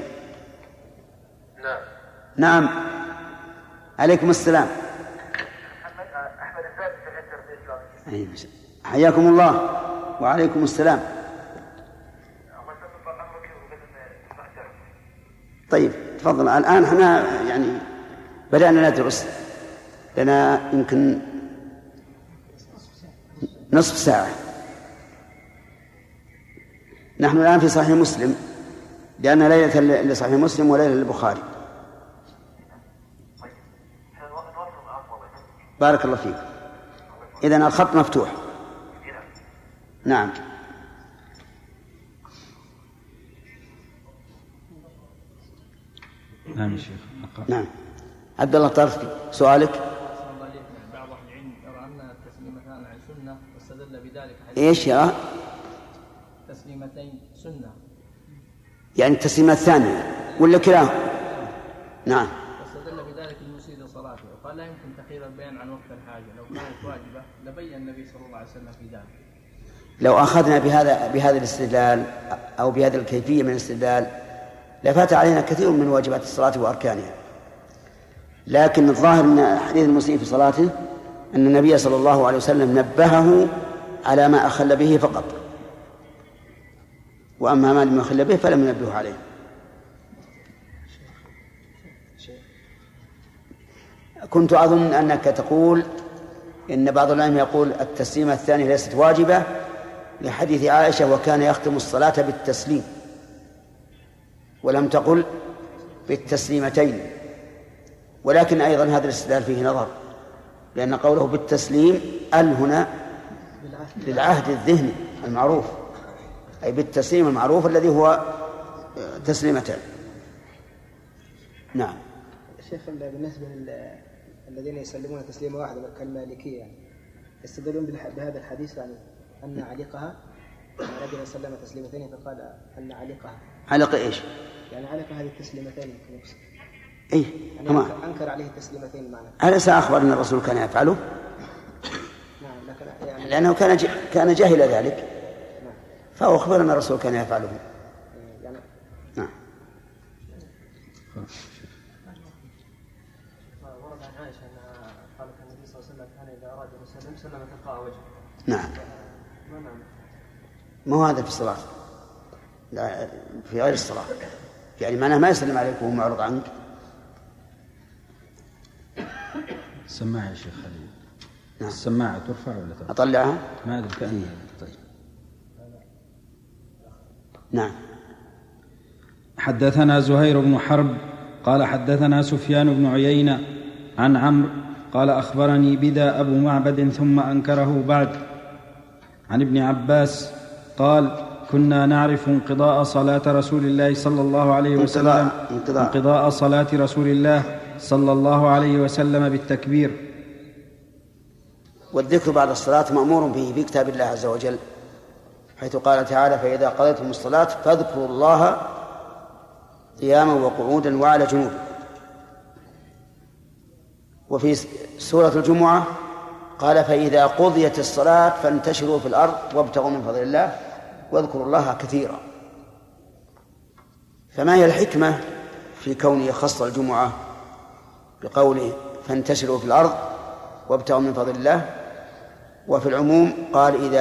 نعم. عليكم السلام. أحمد الفارس في حياكم الله. وعليكم السلام. طيب تفضل. الآن احنا يعني بدأنا ندرس، لنا يمكن نصف ساعة. نحن الآن في صحيح مسلم، لأن ليلة لصحيح مسلم وليلة للبخاري. بارك الله فيك. إذن الخط مفتوح. نعم. نعم يا شيخ. نعم. عبد الله طرفي سؤالك. بعض أهل العلم يرى أن التسليمتان عن سنة واستدل بذلك إيش يرى؟ تسليمتين سنة، يعني التسليمة الثانية ولا كلام؟ نعم. واستدل بذلك المسيء صلاته، وقال لا يمكن تأخير البيان عن وقت الحاجة، لو كانت واجبة لبين النبي صلى الله عليه وسلم في ذلك. لو أخذنا بهذا الاستدلال أو بهذه الكيفية من الاستدلال لفات علينا كثير من واجبات الصلاة وأركانها. لكن الظاهر من حديث المسيء في صلاته أن النبي صلى الله عليه وسلم نبهه على ما أخل به فقط، وأما ما لم يخل به فلم ينبه عليه. كنت أظن أنك تقول إن بعض العلماء يقول التسليمة الثانية ليست واجبة لحديث عائشة وكان يختم الصلاة بالتسليم، ولم تقل بالتسليمتين. ولكن أيضا هذا الاستدلال فيه نظر، لأن قوله بالتسليم هنا للعهد الذهني المعروف، أي بالتسليم المعروف الذي هو تسليمتان. نعم. شيخ بالنسبة الذين يسلمون تسليمة واحدة كالمالكية يعني يستدلون بهذا الحديث يعني أن علقها رجل سلم تسليمتين فقال أن علقها علق إيش؟ يعني علق هذه التسليمتين كنفسه. إيه؟ يعني أنكر عليه التسليمتين معنا. أليس أخبر أن الرسول كان يفعله؟ يعني لأنه كان جاهل ذلك، فهو أخبر أن الرسول كان يفعله. يعني نعم. ورد عن عائشة أنها قالت النبي صلى الله عليه وسلم كان إذا أراد أن يسلم سلم تلقاء وجهه. نعم. ما هو هذا في الصلاة، لا في غير الصلاة، يعني معناه ما يسلم عليك وهو معرض عنك. السماعة يا شيخ خليل. نعم. السماعة ترفع ولا ترفع؟ أطلعها؟ ما أدري كأنها. طيب. نعم. حدثنا زهير بن حرب قال حدثنا سفيان بن عيينة عن عمرو قال أخبرني بذا أبو معبد ثم أنكره بعد عن ابن عباس قال كنا نعرف انقضاء صلاة رسول الله صلى الله عليه وسلم انقضاء صلاة رسول الله صلى الله عليه وسلم بالتكبير. والذكر بعد الصلاة مأمور به في كتاب الله عز وجل، حيث قال تعالى فإذا قضيتم الصلاة فاذكروا الله قياما وقعودا وعلى جنوب. وفي سورة الجمعة قال فإذا قضيت الصلاة فانتشروا في الأرض وابتغوا من فضل الله واذكروا الله كثيرا. فما هي الحكمة في كونه يخص الجمعة بقوله فانتشروا في الأرض وابتغوا من فضل الله، وفي العموم قال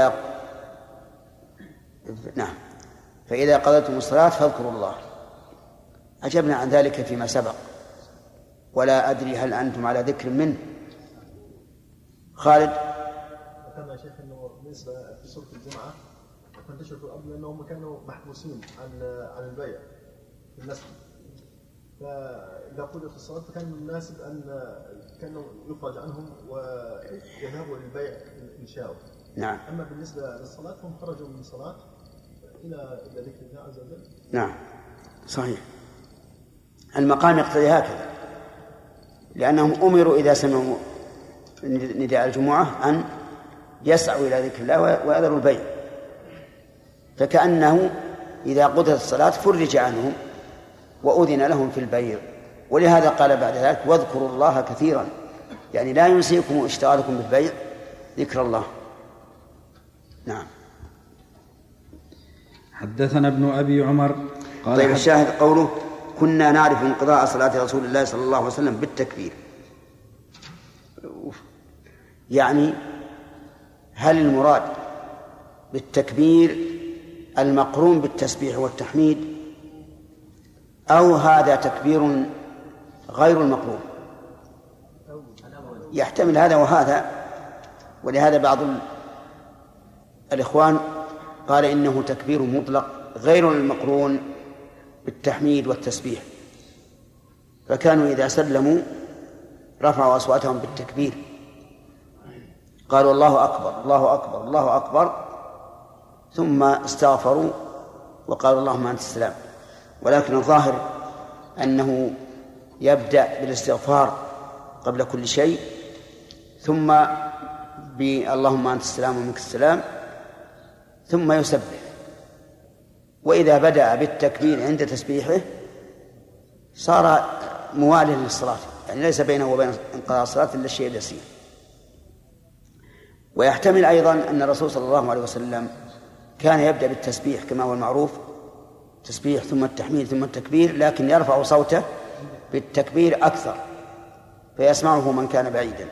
فإذا قضيتم الصلاة فاذكروا الله. أجبنا عن ذلك فيما سبق، ولا أدري هل أنتم على ذكر منه. خالد. كما يا شيخ أنه بالنسبة في سورة الجمعة فانتشروا في الأرض لأنهم كانوا محبوسين عن البيع في المسجد، فإذا قضيت الصلاة فكان مناسب أن كانوا يخرج عنهم ويذهبوا للبيع إن شاءوا. نعم. أما بالنسبة للصلاة هم خرجوا من الصلاة إلى ذكر الله عز وجل. نعم صحيح. المقام يقتضي هكذا، لأنهم أمروا إذا سمعوا نداء الجمعة أن يسعوا إلى ذكر الله ويذروا البيع، فكأنه إذا قضت الصلاة فرج عنهم وأذن لهم في البيع. ولهذا قال بعد ذلك واذكروا الله كثيرا، يعني لا ينسيكم اشتغالكم بالبيع ذكر الله. نعم. حدثنا ابن أبي عمر قال طيب الشاهد قوله كنا نعرف انقضاء صلاة رسول الله صلى الله عليه وسلم بالتكبير، يعني هل المراد بالتكبير المقرون بالتسبيح والتحميد، أو هذا تكبير غير المقرون؟ يحتمل هذا وهذا. ولهذا بعض الإخوان قال إنه تكبير مطلق غير المقرون بالتحميد والتسبيح، فكانوا إذا سلموا رفعوا أصواتهم بالتكبير، قالوا الله أكبر الله أكبر الله أكبر، ثم استغفروا وقالوا اللهم أنت السلام. ولكن الظاهر أنه يبدأ بالاستغفار قبل كل شيء، ثم باللهم أنت السلام ومنك السلام، ثم يسبح. وإذا بدأ بالتكبير عند تسبيحه صار مواليا للصلاة، يعني ليس بينه وبين انقضاء الصلاة إلا الشيء اليسير. ويحتمل أيضا أن الرسول صلى الله عليه وسلم كان يبدأ بالتسبيح كما هو المعروف، تسبيح ثم التحميد ثم التكبير، لكن يرفع صوته بالتكبير أكثر فيسمعه من كان بعيدا.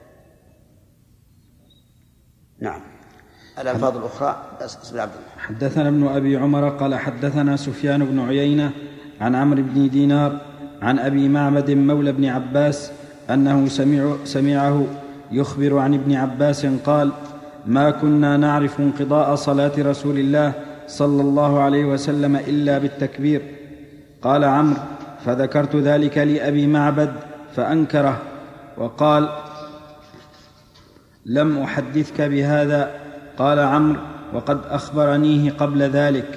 نعم. الألفاظ الأخرى اسم عبد الله. حدثنا ابن أبي عمر قال حدثنا سفيان بن عيينة عن عمرو بن دينار عن أبي معبد مولى بن عباس أنه سمعه يخبر عن ابن عباس قال ما كنا نعرف انقضاء صلاة رسول الله صلى الله عليه وسلم إلا بالتكبير. قال عمرو فذكرت ذلك لأبي معبد فأنكره وقال لم أحدثك بهذا. قال عمرو وقد أخبرنيه قبل ذلك.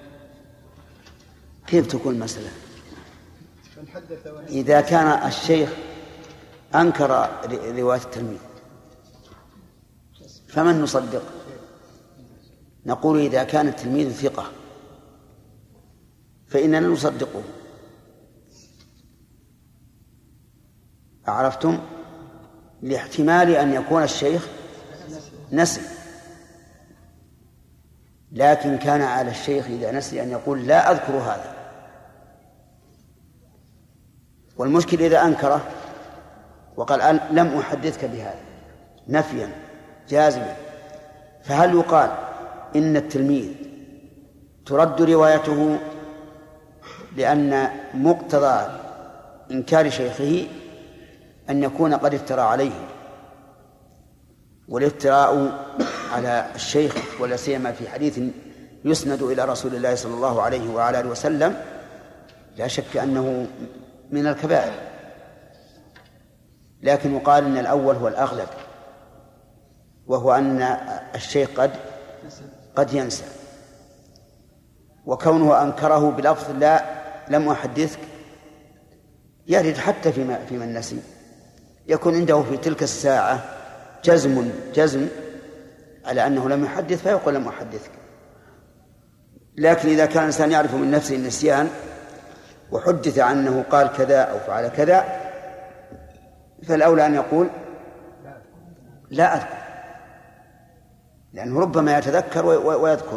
كيف تكون المسألة إذا كان الشيخ أنكر رواية التلميذ؟ فمن نصدق؟ نقول إذا كان التلميذ ثقة فإننا نصدقه. أعرفتم؟ لاحتمال أن يكون الشيخ نسي، لكن كان على الشيخ إذا نسي أن يقول لا أذكر هذا. والمشكل إذا أنكره وقال لم أحدثك بهذا نفيا جازما، فهل يقال إن التلميذ ترد روايته لأن مقتضى إنكار شيخه أن يكون قد افترى عليه؟ والافتراء على الشيخ ولا سيما في حديث يسند إلى رسول الله صلى الله عليه وعلى آله وسلم لا شك أنه من الكبائر، لكن يقال أن الأول هو الأغلب، وهو أن الشيخ قد ينسى، وكونه أنكره بلفظ لا لم أحدثك يرد حتى في من نسي، يكون عنده في تلك الساعة جزم على أنه لم يحدث فيقول لم أحدثك. لكن إذا كان الإنسان يعرف من نفسه النسيان وحدث عنه قال كذا أو فعل كذا فالأولى أن يقول لا أذكر، لأنه ربما يتذكر ويذكر.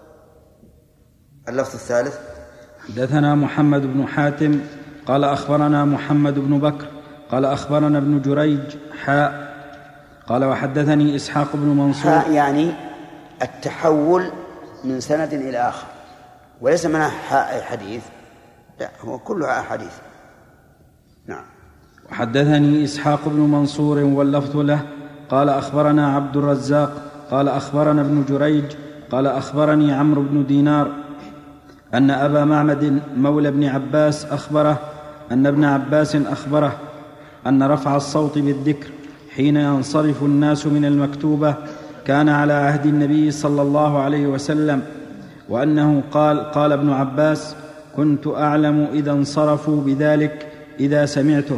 اللفظ الثالث: حدثنا محمد بن حاتم قال أخبرنا محمد بن بكر قال أخبرنا ابن جريج قال وحدثني إسحاق بن منصور. يعني التحول من سند إلى آخر، وليس منها حديث، لا هو كلها حديث. نعم. وحدثني إسحاق بن منصور واللفظ له قال أخبرنا عبد الرزاق قال أخبرنا ابن جريج قال أخبرني عمرو بن دينار أن أبا معمد مولى ابن عباس أخبره أن ابن عباس أخبره أن رفع الصوت بالذكر حين ينصرف الناس من المكتوبة كان على عهد النبي صلى الله عليه وسلم، وأنه قال ابن عباس: كنت أعلم إذا انصرفوا بذلك إذا سمعته.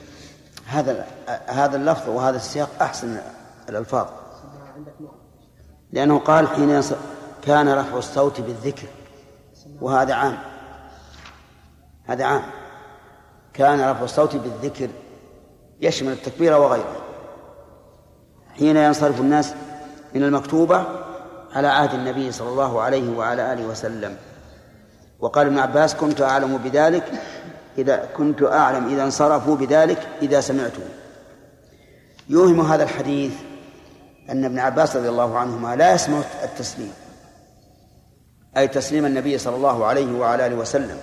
هذا اللفظ وهذا السياق أحسن الألفاظ، لأنه قال حين كان رفع الصوت بالذكر، وهذا عام، هذا عام. كان رفع الصوت بالذكر يشمل التكبير وغيره حين ينصرف الناس من المكتوبة على عهد النبي صلى الله عليه وعلى آله وسلم. وقال ابن عباس: كنت أعلم إذا انصرفوا بذلك إذا سمعته. يوهم هذا الحديث أن ابن عباس رضي الله عنهما لا يسمع التسليم، أي تسليم النبي صلى الله عليه وعلى آله وسلم،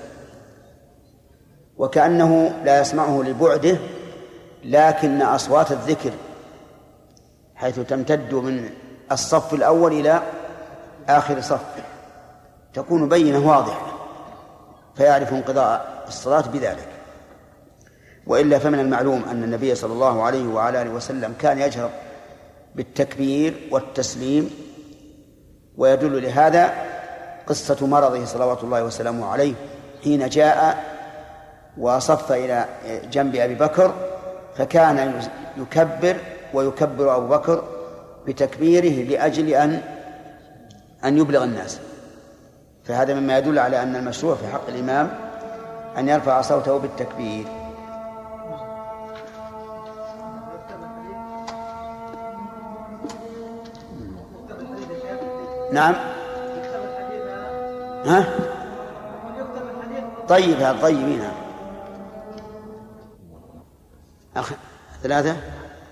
وكأنه لا يسمعه لبعده، لكن أصوات الذكر حيث تمتد من الصف الأول إلى آخر صف تكون بينة واضحة، فيعرف انقضاء الصلاة بذلك. وإلا فمن المعلوم أن النبي صلى الله عليه وعلى آله وسلم كان يجهر بالتكبير والتسليم، ويدل لهذا قصة مرضه صلوات الله وسلامه عليه حين جاء وصف إلى جنب أبي بكر، فكان يكبر ويكبر أبو بكر بتكبيره لأجل أن يبلغ الناس. فهذا مما يدل على أن المشروع في حق الإمام أن يرفع صوته بالتكبير. نعم. ها؟ طيب، هذا طيبين. ثلاثة.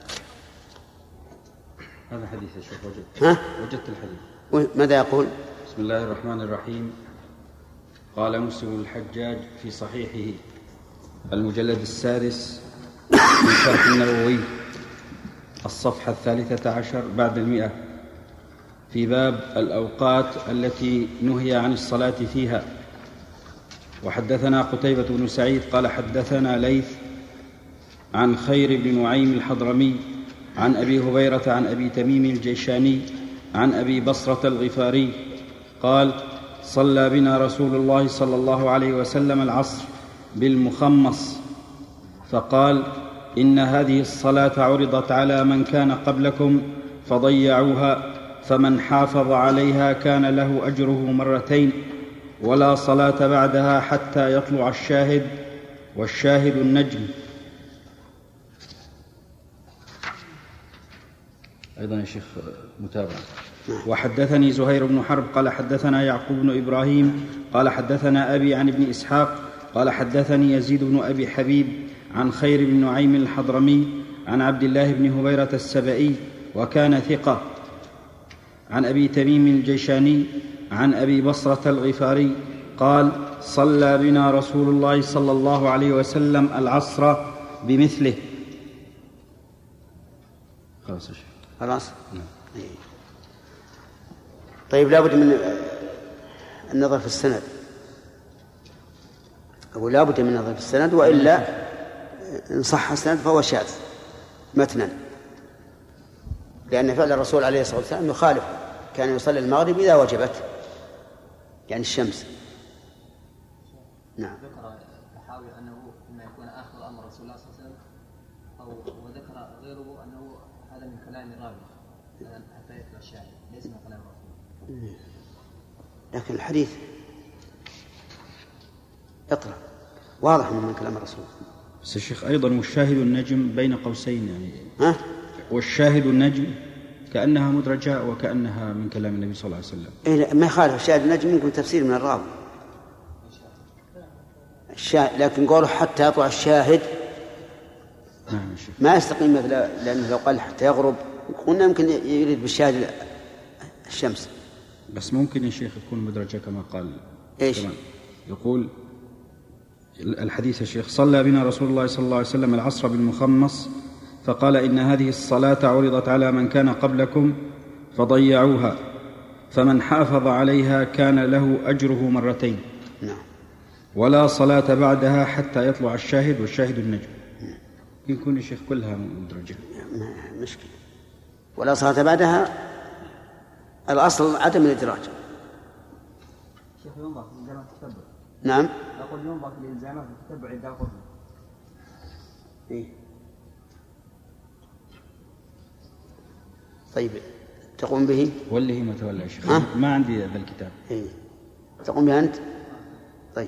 هذا حديث يا شيخ وجدت الحديث. ماذا يقول؟ بسم الله الرحمن الرحيم. قال مسلم الحجاج في صحيحه المجلد 6 من شرح النووي الصفحة 13 بعد 100 في باب الأوقات التي نهي عن الصلاة فيها. وحدثنا قتيبة بن سعيد قال حدثنا ليث عن خير بن نعيم الحضرمي عن أبي هريرة عن أبي تميم الجيشاني عن أبي بصرة الغفاري قال: صلى بنا رسول الله صلى الله عليه وسلم العصر بالمخمص، فقال: إن هذه الصلاة عرضت على من كان قبلكم فضيعوها، فمن حافظ عليها كان له أجره مرتين، ولا صلاة بعدها حتى يطلع الشاهد، والشاهد النجم. أيضا يا شيخ متابعة. وحدثني زهير بن حرب قال حدثنا يعقوب بن إبراهيم قال حدثنا أبي عن ابن إسحاق قال حدثني يزيد بن أبي حبيب عن خير بن نعيم الحضرمي عن عبد الله بن هبيرة السبئي وكان ثقة، عن أبي تميم الجيشاني عن أبي بصرة الغفاري قال صلى بنا رسول الله صلى الله عليه وسلم العصر بمثله. خلاص يا شيخ. خلاص. طيب لابد من النظر في السند، أو لابد من النظر في السند، وإلا إن صح السند فهو شاذ متنا، لأن فعل الرسول عليه الصلاة والسلام يخالف، كان يصلي المغرب إذا وجبت يعني الشمس. نعم. ذكر الحاوي أنه إما يكون آخر أمر رسول الله صلى الله عليه وسلم، وذكر غيره أنه هذا من كلام الراوي حتى يتلى الشاعر ليس من كلام الرسول. لكن الحديث يطلع واضح من كلام الرسول. بس الشيخ أيضا والشاهد النجم بين قوسين يعني. ها؟ والشاهد النجم كأنها مدرجة وكأنها من كلام النبي صلى الله عليه وسلم. إيه ما يخالف الشاهد النجم يمكن تفسير من الراوي لكن قوله حتى يطلع الشاهد ما يستقيم مثلا، لأنه لو قال حتى يغرب قلنا يمكن يريد بالشاهد الشمس. بس ممكن يا شيخ يكون مدرجة كما قال. إيش؟ يقول الحديث يا شيخ صلى بنا رسول الله صلى الله عليه وسلم العصر بالمخمص فقال إن هذه الصلاة عرضت على من كان قبلكم فضيعوها، فمن حافظ عليها كان له أجره مرتين. نعم. ولا صلاة بعدها حتى يطلع الشاهد والشاهد النجم. يكون يا شيخ كلها مدرجة. مشكلة. ولا صلاة بعدها الأصل عدم الإدراج. شيخ ينظر في الإلزامات التتبع. نعم. أقول ينظر في الإلزامات التتبع إذا قلنا. إيه. طيب تقوم به؟ والله ما تولى يا شيخ. ما عندي هذا الكتاب. إيه. تقوم به أنت؟ طيب.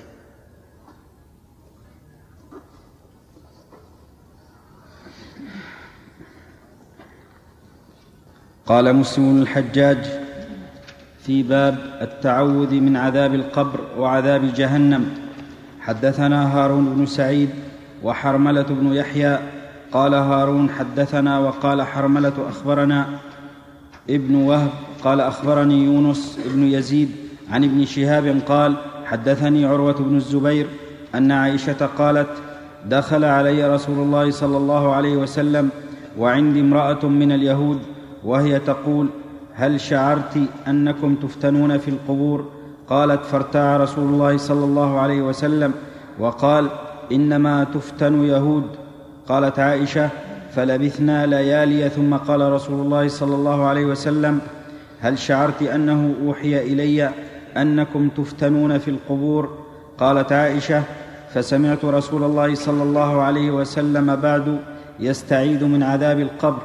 قال مسلم بن الحجاج في باب التعوذ من عذاب القبر وعذاب جهنم: حدثنا هارون بن سعيد وحرملة بن يحيى. قال هارون حدثنا وقال حرملة أخبرنا ابن وهب قال أخبرني يونس بن يزيد عن ابن شهاب قال حدثني عروة بن الزبير أن عائشة قالت: دخل علي رسول الله صلى الله عليه وسلم وعندي امرأة من اليهود وهي تقول: هل شعرت أنكم تفتنون في القبور؟ قالت: فارتاع رسول الله صلى الله عليه وسلم وقال: إنما تفتن يهود. قالت عائشة: فلبثنا ليالي ثم قال رسول الله صلى الله عليه وسلم: هل شعرت أنه أوحي إلي أنكم تفتنون في القبور؟ قالت عائشة: فسمعت رسول الله صلى الله عليه وسلم بعد يستعيذ من عذاب القبر.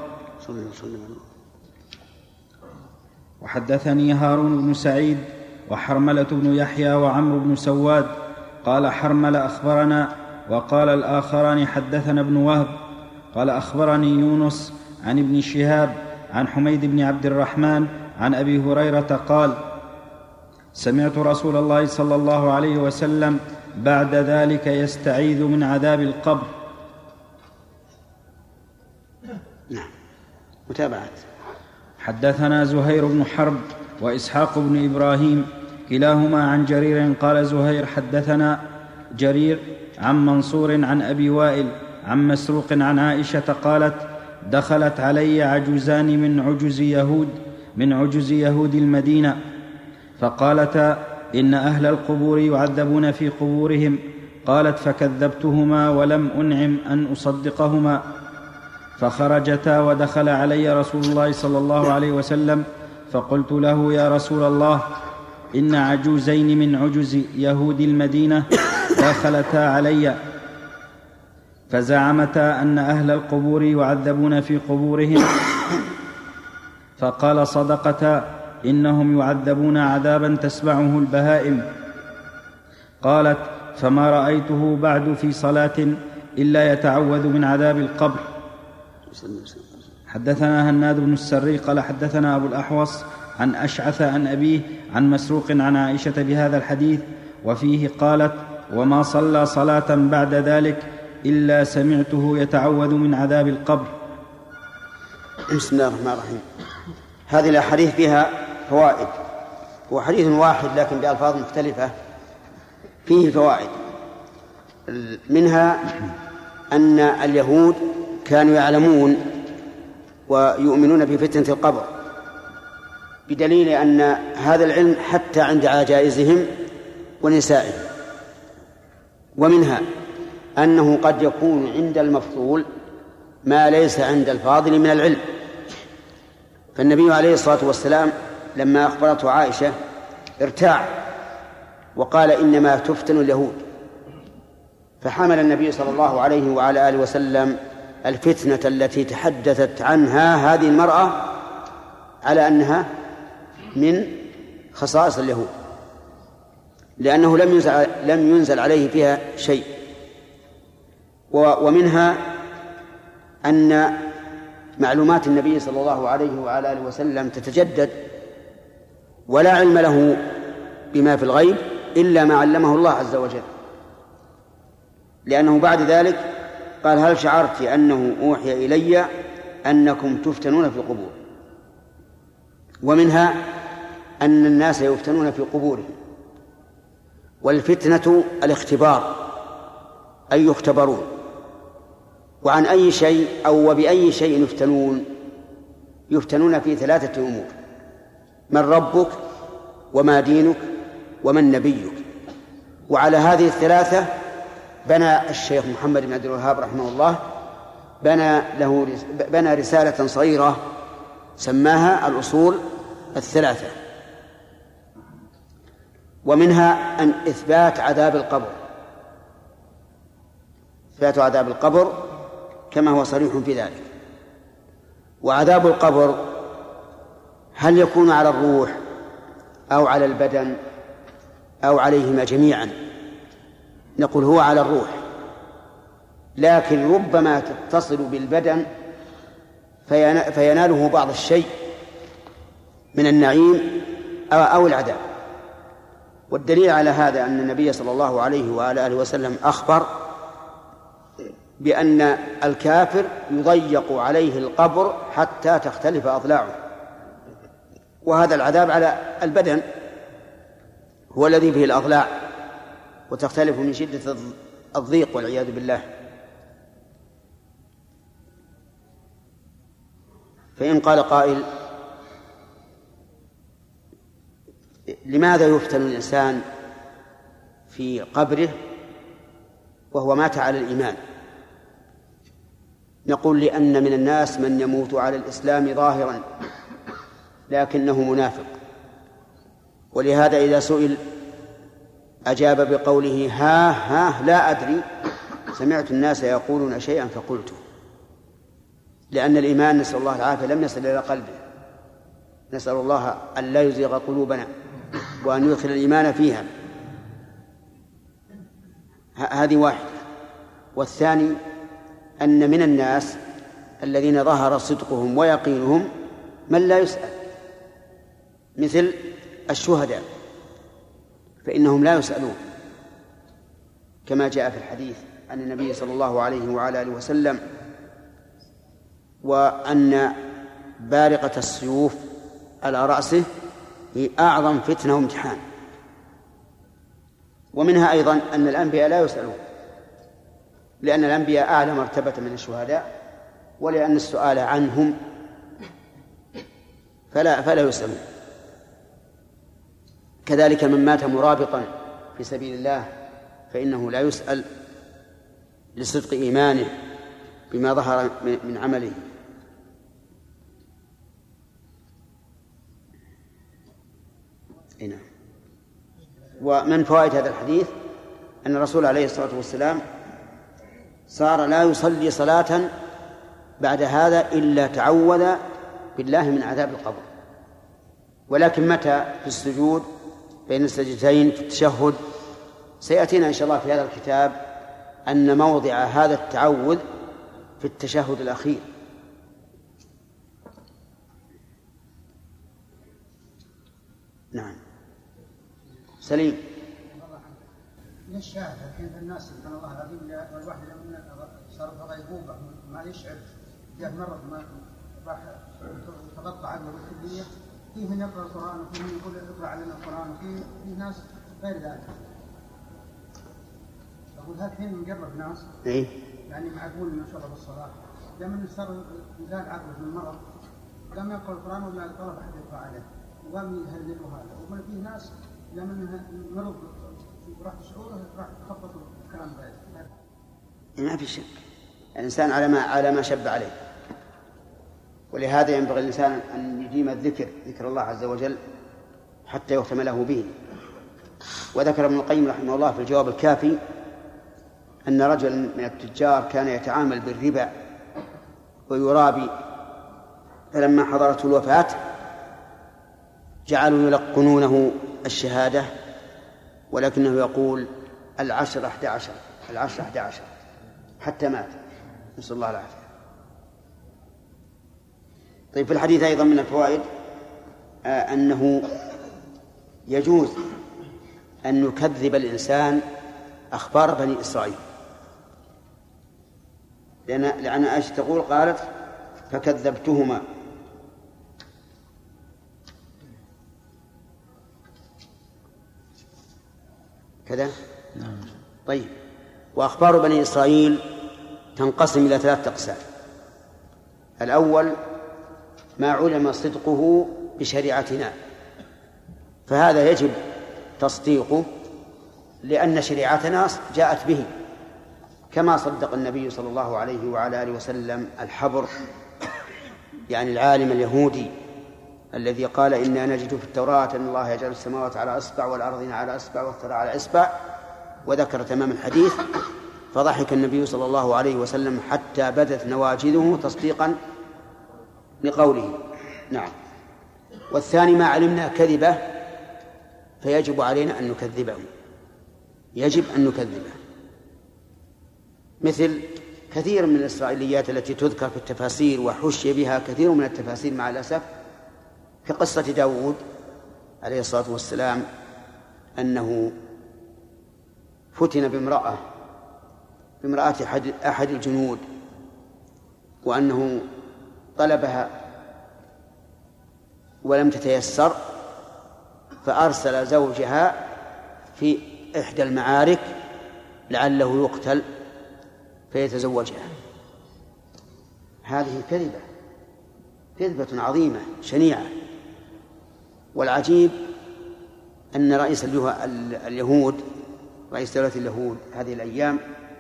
وحدثني هارون بن سعيد وحرملة بن يحيى وعمرو بن سواد. قال حرمل أخبرنا، وقال الآخران حدثنا ابن وهب. قال أخبرني يونس عن ابن شهاب عن حميد بن عبد الرحمن عن أبي هريرة قال: سمعت رسول الله صلى الله عليه وسلم بعد ذلك يستعيذ من عذاب القبر. نعم. متابعات. حدثنا زهير بن حرب وإسحاق بن إبراهيم كلاهما عن جرير. قال زهير: حدثنا جرير عن منصور عن أبي وائل عن مسروق عن عائشة قالت: دخلت علي عجوزان من عجز يهود المدينة فقالتا: إن أهل القبور يعذبون في قبورهم. قالت: فكذبتهما ولم أنعم أن أصدقهما. فخرجتا ودخل علي رسول الله صلى الله عليه وسلم فقلت له: يا رسول الله، إن عجوزين من عجز يهود المدينة دخلتا علي فزعمتا أن أهل القبور يعذبون في قبورهم. فقال: صدقتا، إنهم يعذبون عذابا تسمعه البهائم. قالت: فما رأيته بعد في صلاة إلا يتعوذ من عذاب القبر حدثنا هناد بن السري قال حدثنا أبو الأحوص عن أشعث عن أبيه عن مسروق عن عائشة بهذا الحديث، وفيه قالت: وما صلى صلاة بعد ذلك إلا سمعته يتعوذ من عذاب القبر. بسم الله الرحمن الرحيم. هذه الأحاديث فيها فوائد، هو حديث واحد لكن بألفاظ مختلفة فيه فوائد. منها أن اليهود كانوا يعلمون ويؤمنون بفتنة القبر، بدليل أن هذا العلم حتى عند عجائزهم ونسائهم. ومنها أنه قد يكون عند المفضول ما ليس عند الفاضل من العلم. فالنبي عليه الصلاة والسلام لما أخبرته عائشة ارتاع وقال: إنما تفتن اليهود. فحمل النبي صلى الله عليه وعلى آله وسلم الفتنة التي تحدثت عنها هذه المرأة على أنها من خصائص اليهود، لأنه لم ينزل عليه فيها شيء. ومنها أن معلومات النبي صلى الله عليه وعلى آله وسلم تتجدد، ولا علم له بما في الغيب إلا ما علمه الله عز وجل، لأنه بعد ذلك قال: هل شعرت أنه أوحي إلي أنكم تفتنون في القبور؟ ومنها أن الناس يفتنون في قبورهم، والفتنة الاختبار، أي يختبرون. وعن أي شيء أو وبأي شيء يفتنون في 3 أمور: من ربك، وما دينك، ومن نبيك. وعلى هذه ال3 بنى الشيخ محمد بن عبد الوهاب رحمه الله بنى رسالة صغيرة سماها الأصول ال3. ومنها أن إثبات عذاب القبر، إثبات عذاب القبر كما هو صريح في ذلك. وعذاب القبر هل يكون على الروح أو على البدن أو عليهما جميعا؟ نقول هو على الروح، لكن ربما تتصل بالبدن فيناله بعض الشيء من النعيم أو العذاب. والدليل على هذا أن النبي صلى الله عليه وعلى آله وسلم أخبر بأن الكافر يضيق عليه القبر حتى تختلف أضلاعه، وهذا العذاب على البدن هو الذي به الأضلاع وتختلف من شدة الضيق والعياذ بالله. فإن قال قائل: لماذا يفتن الإنسان في قبره وهو مات على الإيمان؟ نقول: لأن من الناس من يموت على الإسلام ظاهرا لكنه منافق، ولهذا إذا سئل أجاب بقوله: ها لا أدري، سمعت الناس يقولون شيئا فقلته. لأن الإيمان نسأل الله العافية لم يصل إلى قلبه، نسأل الله أن لا يزيغ قلوبنا وأن يدخل الإيمان فيها. هذه واحدة. والثاني أن من الناس الذين ظهر صدقهم ويقينهم من لا يسأل، مثل الشهداء فإنهم لا يسألون، كما جاء في الحديث عن النبي صلى الله عليه وعلى آله وسلم: وأن بارقة السيوف على رأسه هي أعظم فتنة وامتحان. ومنها أيضا أن الأنبياء لا يسألون، لأن الأنبياء أعلى مرتبة من الشهداء، ولأن السؤال عنهم فلا يسألون. كذلك من مات مرابطا في سبيل الله فإنه لا يسأل لصدق إيمانه بما ظهر من عمله. هنا. ومن فوائد هذا الحديث أن الرسول عليه الصلاة والسلام صار لا يصلي صلاة بعد هذا إلا تعوذ بالله من عذاب القبر. ولكن متى؟ في السجود بين السجدتين في التشهد. سيأتينا إن شاء الله في هذا الكتاب أن موضع هذا التعوذ في التشهد الأخير، نعم. سليم. ليش شاهد الحين الناس سبحان الله العظيم والواحد لما صار في غيبوبة ما يشعر جاء مرض ما راح تغطى عنه بالكلية، فيه من يقرأ القرآن وفيه من يقول اقرأ علينا القرآن وفيه ناس غير ذلك. أقول هذا الحين نجرب ناس يعني معقول ما شاء الله بالصلاة لما صار زاد عقله من المرض قام يقرأ القرآن ولا طلب أحد يقرأ عليه وقام يهلل هذا، وما فيه ناس لما مرض راح شعوره راح تخبطوا الكلام بعيد. ما في شك الإنسان على ما شب عليه، ولهذا ينبغي الإنسان أن يديم ذكر الله عز وجل حتى يختم له به. وذكر ابن القيم رحمه الله في الجواب الكافي أن رجلا من التجار كان يتعامل بالربا ويرابي، فلما حضرته الوفاة جعلوا يلقنونه الشهادة ولكنه يقول 10 11 حتى مات، نسأل الله العافية. طيب في الحديث أيضا من الفوائد أنه يجوز أن يكذب الإنسان أخبار بني إسرائيل، لأن عائشة تقول قالت فكذبتهما. كذا؟ طيب. وأخبار بني إسرائيل تنقسم إلى 3 أقسام. الأول ما علم صدقه بشريعتنا، فهذا يجب تصديقه لأن شريعتنا جاءت به، كما صدق النبي صلى الله عليه وعلى آله وسلم الحبر يعني العالم اليهودي الذي قال إنا نجد في التوراة أن الله يجعل السماوات على إصبع والأرضين على إصبع والثرى على إصبع، وذكر تمام الحديث، فضحك النبي صلى الله عليه وسلم حتى بدت نواجذه تصديقا لقوله. نعم. والثاني ما علمنا كذبه فيجب علينا أن نكذبه، يجب أن نكذبه، مثل كثير من الإسرائيليات التي تذكر في التفاسير وحشي بها كثير من التفاسير مع الأسف، كقصة داود عليه الصلاة والسلام أنه فتن بامرأة أحد الجنود، وأنه طلبها ولم تتيسر، فأرسل زوجها في إحدى المعارك لعله يقتل فيتزوجها. هذه كذبة عظيمة شنيعة. والعجيب أن رئيس اليهود رئيس دولة اليهود هذه الأيام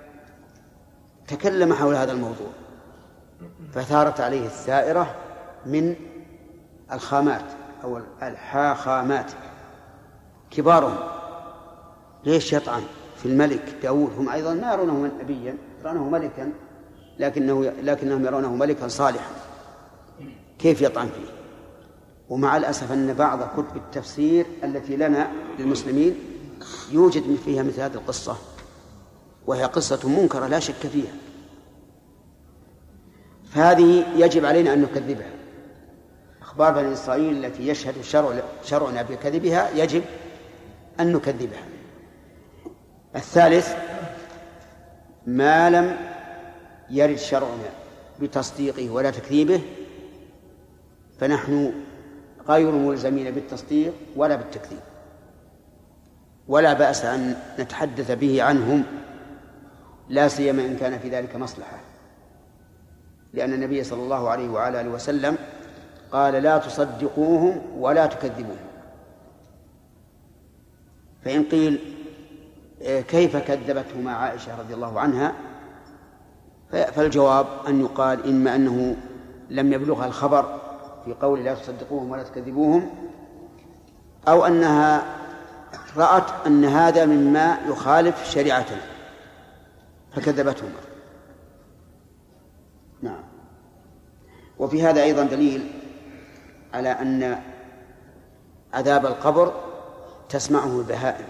تكلم حول هذا الموضوع، فثارت عليه الثائرة من الخامات أو الحاخامات كبارهم. ليش يطعن في الملك داود؟ هم أيضا ما يرونه نبيا، يرونه ملكا، لكنهم يرونه ملكا صالحا، كيف يطعن فيه؟ ومع الأسف أن بعض كتب التفسير التي لنا للمسلمين يوجد فيها مثل هذه القصة، وهي قصة منكرة لا شك فيها، فهذه يجب علينا أن نكذبها. أخبار بني إسرائيل التي يشهد شرعنا بكذبها يجب أن نكذبها. الثالث ما لم يرد شرعنا بتصديقه ولا تكذيبه فنحن غير ملزمين بالتصديق ولا بالتكذيب، ولا بأس أن نتحدث به عنهم، لا سيما إن كان في ذلك مصلحة، لأن النبي صلى الله عليه وعلى آله وسلم قال لا تصدقوهم ولا تكذبوهم. فإن قيل كيف كذبتهما عائشة رضي الله عنها، فالجواب أن يقال إما أنه لم يبلغها الخبر في قول لا تصدقوهم ولا تكذبوهم، أو أنها رأت أن هذا مما يخالف شريعتنا فكذبتهما. نعم. وفي هذا أيضا دليل على أن عذاب القبر تسمعه البهائم،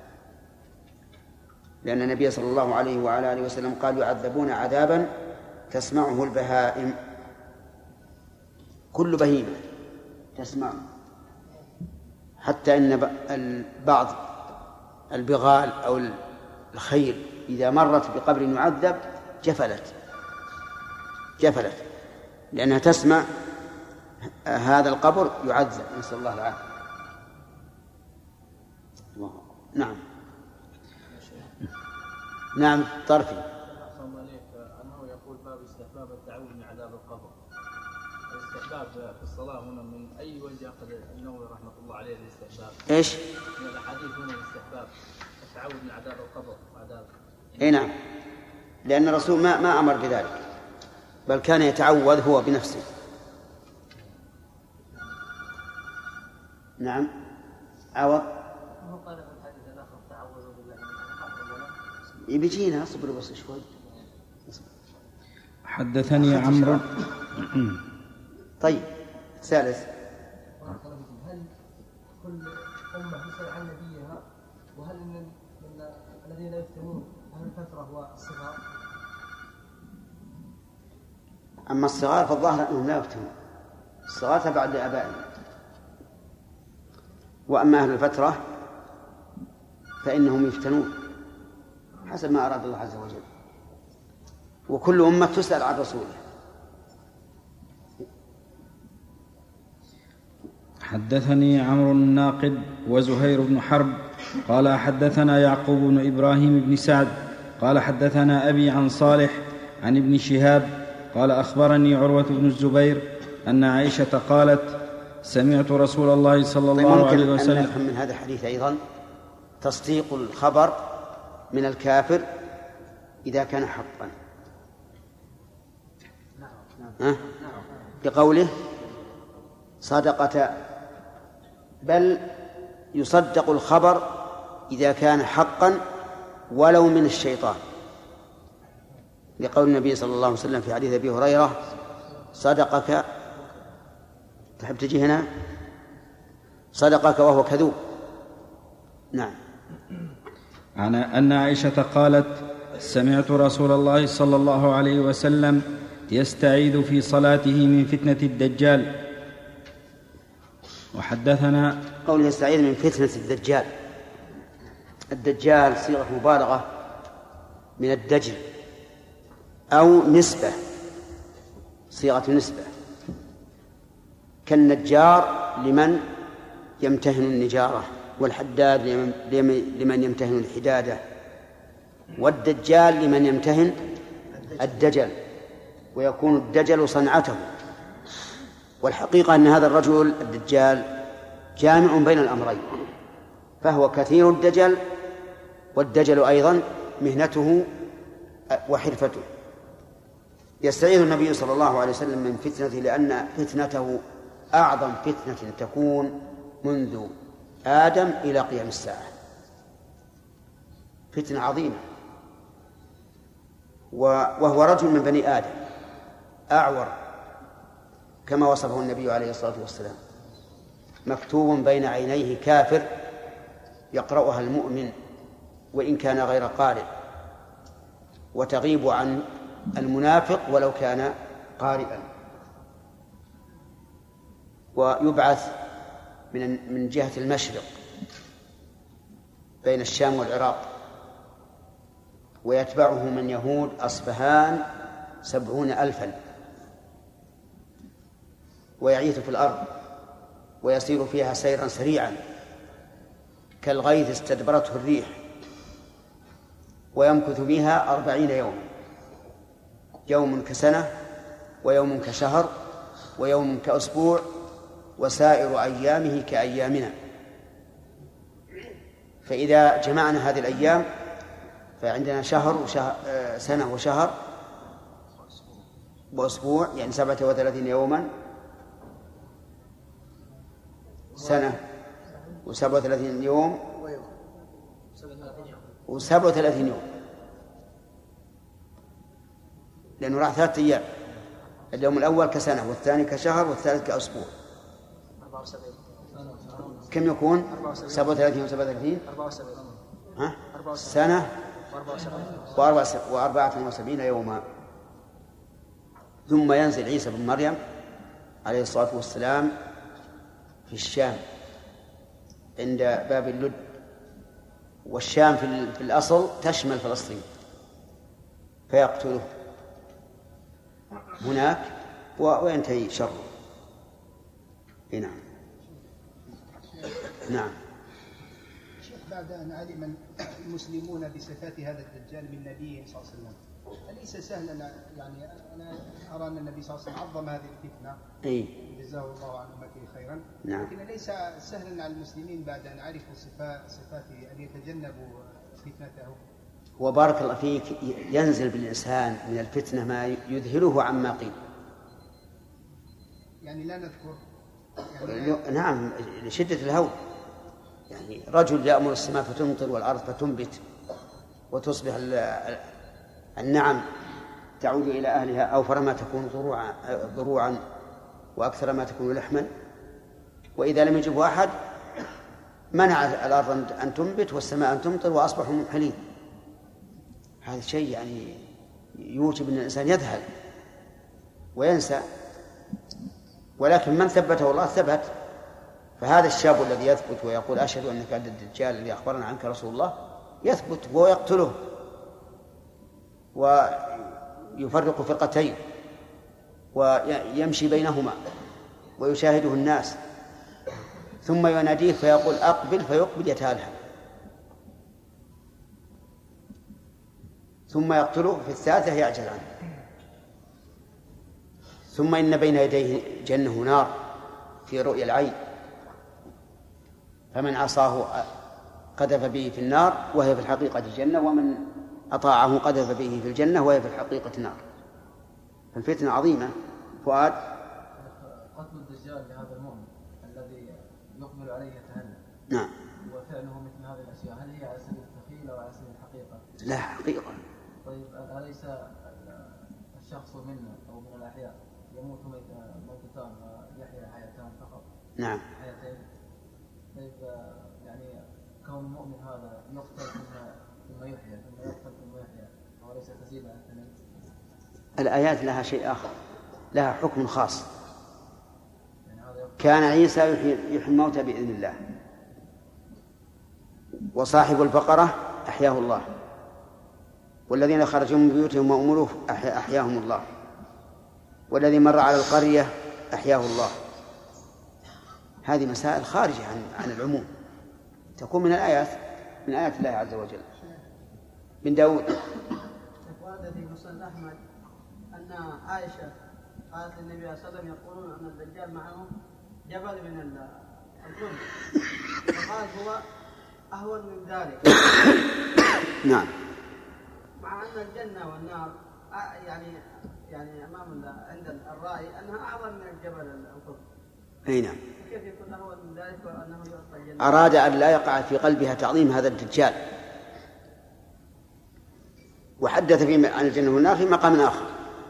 لأن النبي صلى الله عليه وعلى آله وسلم قال يعذبون عذابا تسمعه البهائم، كل بهيمة تسمع. حتى إن بعض البغال أو الخيل إذا مرت بقبر يعذب جفلت لأنها تسمع هذا القبر يعذب، نسأل الله العافية. نعم طرفي. أنه يقول باب استحباب التعوذ من عذاب القبر. الاستحباب في الصلاة هنا من أي وجه أخذ النووي رحمة الله عليه الاستحباب؟ إيش؟ من الأحاديث هنا الاستحباب التعوذ من عذاب القبر وعذاب. إيه نعم، لأن الرسول ما أمر بذلك، بل كان يتعوذ هو بنفسه. نعم عوض. يبيجينا اصبر بس شوي. حدثني عمرو. طيب ثالث. هل كل أمة تسأل عن نبيها؟ وهل من الذين يفتنون أهل الفترة والصغار؟ أما الصغار فالظاهر أنهم لا يفتنون، الصغار تبع لآبائهم، وأما أهل الفترة فإنهم يفتنون حسب ما أراد الله عز وجل، وكل أمة تسأل عن رسوله. حدثني عمرو الناقد وزهير بن حرب قال حدثنا يعقوب بن إبراهيم بن سعد قال حدثنا أبي عن صالح عن ابن شهاب قال أخبرني عروة بن الزبير أن عائشة قالت سمعت رسول الله صلى الله عليه وسلم. أن نفهم من هذا الحديث أيضا تصديق الخبر من الكافر إذا كان حقا، بقوله صدقة، بل يصدق الخبر إذا كان حقا ولو من الشيطان، لقول النبي صلى الله عليه وسلم في حديث أبي هريرة صدقك، تحب تجي هنا، صدقك وهو كذوب. نعم. عن أن عائشة قالت سمعت رسول الله صلى الله عليه وسلم يستعيذ في صلاته من فتنة الدجال. وحدثنا قول يستعيذ من فتنة الدجال، الدجال صيغة مبالغة من الدجل أو نسبة، صيغة نسبة، كالنجار لمن يمتهن النجارة، والحداد لمن يمتهن الحدادة، والدجال لمن يمتهن الدجل، ويكون الدجل صنعته. والحقيقة أن هذا الرجل الدجال جامع بين الأمرين، فهو كثير الدجل، والدجل أيضا مهنته وحرفته. يستعيذ النبي صلى الله عليه وسلم من فتنته لأن فتنته أعظم فتنة تكون منذ آدم إلى قيام الساعة، فتنة عظيمة. وهو رجل من بني آدم أعور كما وصفه النبي عليه الصلاة والسلام، مكتوب بين عينيه كافر يقرأها المؤمن وإن كان غير قارئ، وتغيب عن المنافق ولو كان قارئا، ويبعث من جهة المشرق بين الشام والعراق، ويتبعه من يهود أصفهان 70,000، ويعيث في الأرض ويسير فيها سيرا سريعا كالغيث استدبرته الريح، ويمكث بها 40 يوما، يوم كسنة ويوم كشهر ويوم كأسبوع وسائر أيامه كأيامنا. فإذا جمعنا هذه الأيام فعندنا شهر سنة وشهر وأسبوع، يعني 37 يوما سنة، و37 يوم و37 يوم، لأنه راح 3 أيام، اليوم الأول كسنة والثاني كشهر والثالث كأسبوع. كم يكون 37 و37 سنة و74 يوما. ثم ينزل عيسى بن مريم عليه الصلاة والسلام في الشام عند باب اللد، والشام في الأصل تشمل فلسطين، فيقتله هناك وينتهي شره. نعم. نعم. بعد أن علم المسلمون بصفات هذا الدجال من نبيه صلى الله عليه وسلم، أليس سهلا يعني أنا أرى أن النبي صلى الله عليه وسلم عظم هذه الفتنة جزاه الله عن أمته خيرا، نعم. لكن ليس سهلا على المسلمين بعد أن عرفوا صفاته أن يتجنبوا فتنته؟ وبارك الله فيك، ينزل بالإنسان من الفتنة ما يذهله عما قيل. يعني لا نذكر يعني نعم، لشدة الهول. يعني رجل يأمر السماء فتمطر والأرض فتنبت وتصبح النعم تعود إلى أهلها أوفر ما تكون ضروعا وأكثر ما تكون لحما، وإذا لم يجب أحد منع الأرض أن تنبت والسماء أن تمطر وأصبحوا ممحلين. هذا شيء يعني يوجب أن الإنسان يذهل وينسى، ولكن من ثبته الله ثبت. فهذا الشاب الذي يثبت ويقول أشهد أنك أنت الدجال الذي أخبرنا عنك رسول الله يثبت ويقتله ويفرق فرقتين ويمشي بينهما ويشاهده الناس، ثم يناديه فيقول أقبل فيقبل يتهلهل، ثم يقتله في الثالثة يعجز عنه. ثم إن بين يديه جنة نار في رؤيا العين، فمن عصاه قذف به في النار وهي في الحقيقة جنة، ومن أطاعه قذف به في الجنة وهي في الحقيقة نار. فالفتنة عظيمة. فؤاد، قتل الدجال لهذا المؤمن الذي يقبل عليه يتهنى، نعم، وفعله مثل هذه الأشياء، هل هي على سبيل التخيل أو على سبيل الحقيقة؟ لا، حقيقة. طيب أليس الشخص منا أو من الأحياء يموت موتتان ويحيا حياتان فقط؟ نعم. حياتين. طيب يعني كون المؤمن هذا يقتل ثم يحيا ثم يقتل ثم يحيا، وليس تزيد عن الثمن؟ الآيات لها شيء آخر، لها حكم خاص. كان عيسى يحيي الموتى بإذن الله، وصاحب البقرة أحياه الله، والذين خرجوا من بيوتهم وأمروا أحياهم الله، والذي مر على القرية أحياه الله. هذه مسائل خارجة عن العموم، تكون من الآيات، من آيات الله عز وجل. بن داود، ورد في مسند أحمد أن عائشة قالت للنبي صلى الله عليه وسلم يقولون أن الدجال معه جبل من الظلم، فقال هو أهون من ذلك. نعم. مع أن الجنة والنار يعني أمام عند الرأي أنها أعظم من الجبل الظلم. أي نعم. كيف يكون أهون من ذلك وأنه يعطى الجنة؟ أراد أن لا يقع في قلبها تعظيم هذا الدجال، وحدث عن الجنة والنار في مقام آخر.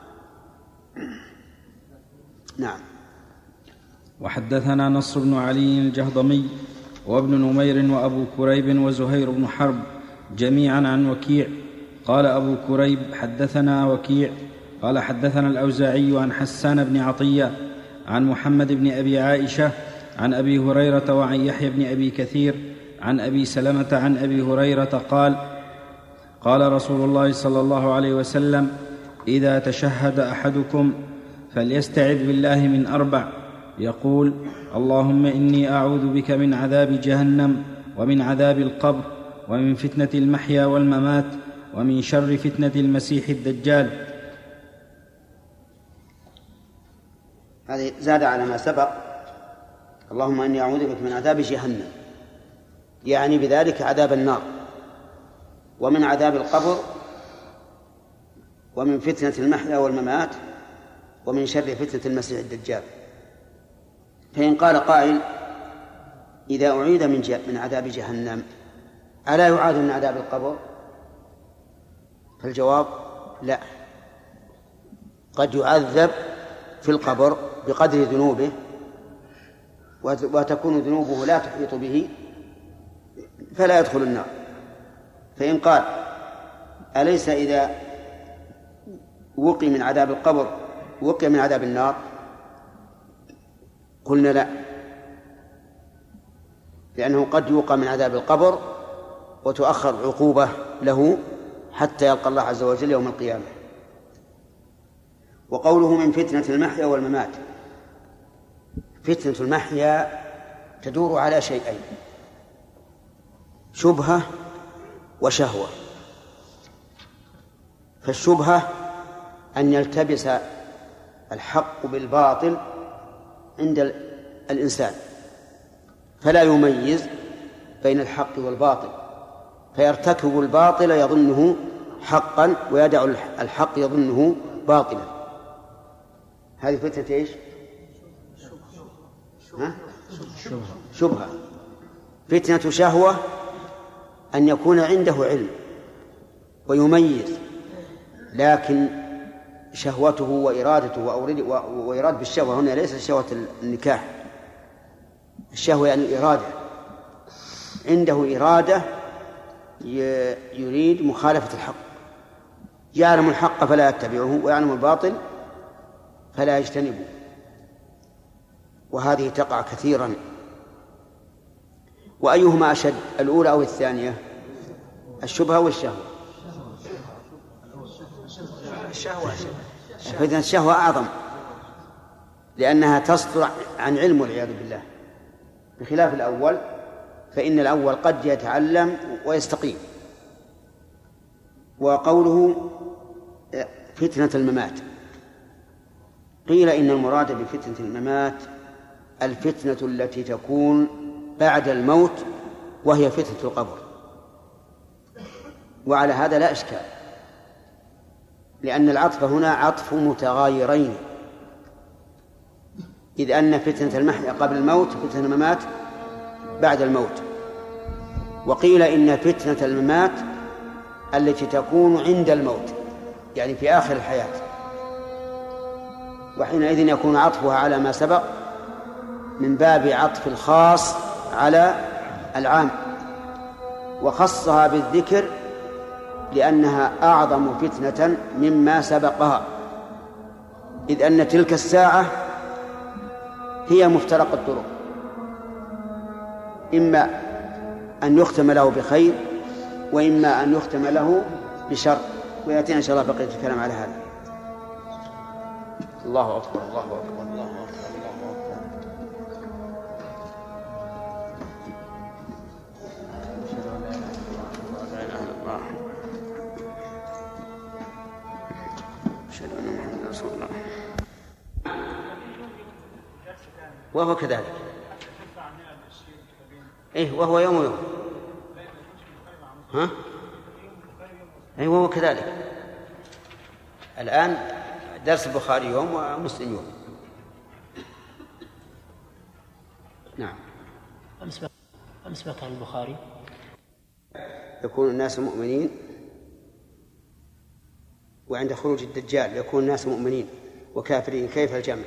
نعم. وحدثنا نصر بن علي الجهضمي وابن نمير وأبو كريب وزهير بن حرب جميعا عن وكيع قال أبو كريب حدثنا وكيع قال حدثنا الأوزاعي عن حسان بن عطية عن محمد بن أبي عائشة عن أبي هريرة وعن يحيى بن أبي كثير عن أبي سلمة عن أبي هريرة قال قال رسول الله صلى الله عليه وسلم إذا تشهد أحدكم فليستعذ بالله من 4 يقول اللهم إني أعوذ بك من عذاب جهنم ومن عذاب القبر ومن فتنة المحيا والممات ومن شر فتنة المسيح الدجال. هذه زاد على ما سبق، اللهم إني أعوذ بك من عذاب جهنم، يعني بذلك عذاب النار، ومن عذاب القبر، ومن فتنة المحيا والممات، ومن شر فتنة المسيح الدجال. فإن قال قائل إذا أعيذ من عذاب جهنم ألا يعاذ من عذاب القبر؟ فالجواب لا، قد يعذب في القبر بقدر ذنوبه، وتكون ذنوبه لا تحيط به فلا يدخل النار. فإن قال أليس إذا وقي من عذاب القبر وقي من عذاب النار؟ قلنا لا، لأنه قد يوقى من عذاب القبر وتؤخر العقوبة له حتى يلقى الله عز وجل يوم القيامة. وقوله من فتنة المحيا والممات، فتنة المحيا تدور على شيئين: شبهة وشهوة. فالشبهة أن يلتبس الحق بالباطل عند الإنسان فلا يميز بين الحق والباطل، فيرتكب الباطل يظنه حقا ويدع الحق يظنه باطلا. هذه فتنة ايش؟ شبهة. فتنة شهوة أن يكون عنده علم ويميز، لكن شهوته وإرادته وإراد بالشهوة هنا ليس شهوة النكاح، الشهوة يعني الإرادة، عنده إرادة يريد مخالفة الحق، يعلم الحق فلا يتبعه ويعلم الباطل فلا يجتنبه، وهذه تقع كثيرا. وأيهما أشد، الأولى أو الثانية؟ الشبهة والشهوة؟ فإذن الشهوة أعظم لأنها تصدر عن علم والعياذ بالله، بخلاف الأول فإن الأول قد يتعلم ويستقيم. وقوله فتنة الممات، قيل إن المراد بفتنة الممات الفتنة التي تكون بعد الموت وهي فتنة القبر، وعلى هذا لا إشكال، لأن العطف هنا عطف متغايرين، إذ أن فتنة المحيا قبل الموت فتنة الممات بعد الموت. وقيل إن فتنة الممات التي تكون عند الموت، يعني في آخر الحياة، وحينئذ يكون عطفها على ما سبق من باب عطف الخاص على العام، وخصها بالذكر لأنها أعظم فتنة مما سبقها، إذ أن تلك الساعة هي مفترق الطرق، إما أن يختم له بخير وإما أن يختم له بشر، ويأتينا إن شاء الله بقية الكلام على هذا. الله أكبر الله أكبر الله أكبر الله أكبر. لا إله إلا الله، أشهد أن محمدا رسول الله. وهو كذلك، إيه وهو يوم ها؟ أي وهو كذلك. الآن درس البخاري يوم ومسلم يوم. نعم. أمس بقى البخاري يكون الناس مؤمنين، وعند خروج الدجال يكون الناس مؤمنين وكافرين، كيف الجمع؟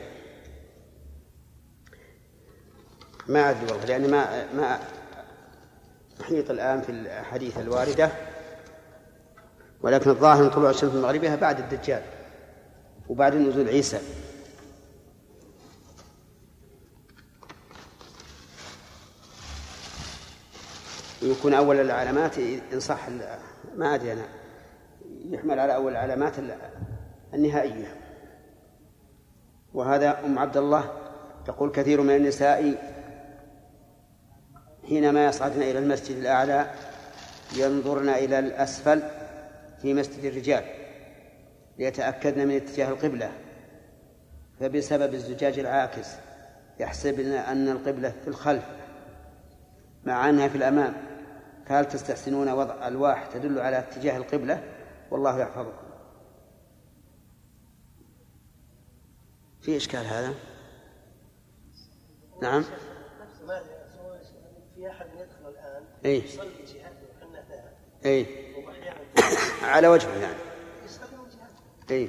ما أدري والله، لأن ما محيط الآن في الحديث الواردة، ولكن الظاهر طلوع الشمس من مغربها بعد الدجال وبعد نزول عيسى. يكون أول العلامات إن صح، ما أدري أنا، يحمل على أول العلامات النهائية. وهذا أم عبد الله تقول كثير من النساء حينما يصعدن إلى المسجد الأعلى ينظرن إلى الأسفل في مسجد الرجال ليتأكدن من اتجاه القبلة، فبسبب الزجاج العاكس يحسبن أن القبلة في الخلف مع أنها في الأمام، فهل تستحسنون وضع ألواح تدل على اتجاه القبلة؟ والله يحفظكم. في إشكال هذا؟ نعم. في أحد يدخل الآن إيه؟ يصلي جهته وحنتها إيه؟ على وجهه يعني. إيه؟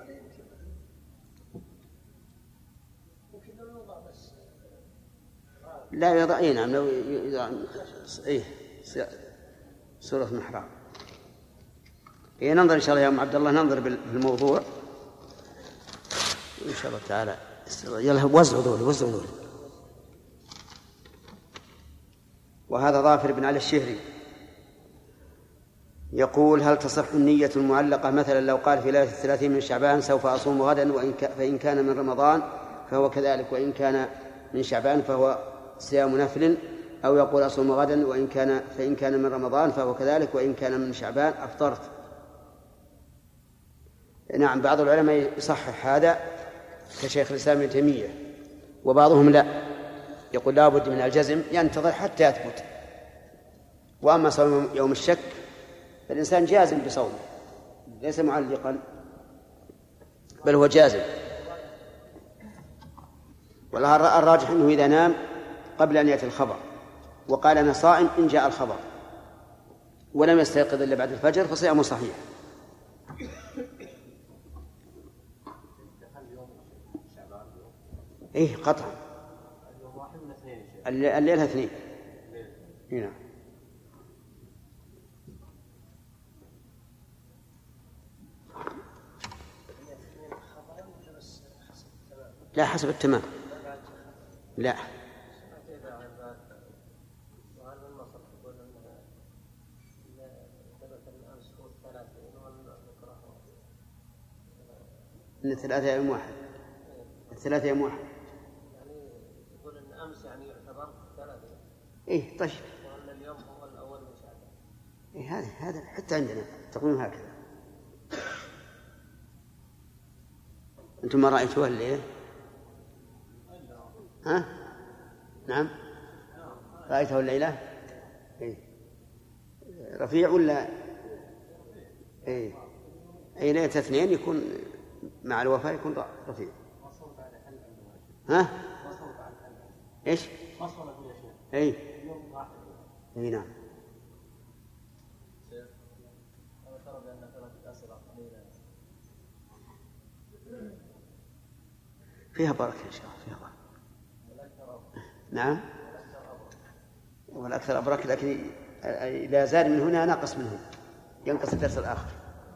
لا يضع، إيه نعم، لو يضع إيه سورة المحراب. إيه ننظر إن شاء الله يا أم عبد الله، ننظر بالموضوع إن شاء الله تعالى. يلا وزعوا ذولي. وهذا ظافر بن علي الشهري يقول: هل تصح النية المعلقة مثلا لو قال في ليلة 30 من شعبان سوف أصوم غدا فإن كان من رمضان فهو كذلك، وإن كان من شعبان فهو صيام نفل، أو يقول أصوم غدا فإن كان من رمضان فهو كذلك، وإن كان من شعبان أفطرت. نعم، بعض العلماء يصحح هذا كشيخ الإسلام ابن تيمية، وبعضهم لا، يقول لا بد من الجزم، ينتظر حتى يثبت. وأما صوم يوم الشك فالإنسان جازم بصومه، ليس معلقا بل هو جازم. والراجح أنه إذا نام قبل أن يأتي الخبر وقال أنا صائم إن جاء الخبر ولم يستيقظ إلا بعد الفجر فصيامه صحيح. إيه قطعا الليلة 2. هنا لا حسب التمام، لا إن 3 أيام واحد، 3 أيام واحد. يعني يقول إن أمس يعني يعتبر 3. إيه طيب. وأن اليوم هو الأول من شعبان. إيه هذا حتى عندنا تقويم هكذا. أنتم ما رأيتوها الليلة؟ ها؟ نعم رأيته الليلة؟ إيه؟ رفيع ولا إيه؟ أي ليلة 2 يكون مع الوفاة يكون رفيع. ها؟ إيش؟ إيه؟ إيه نعم. فيها بركة إن شاء الله، فيها بركة. نعم، والأكثر أبرك، لكن إذا زاد من هنا نقص من هنا، ينقص الدرس الآخر.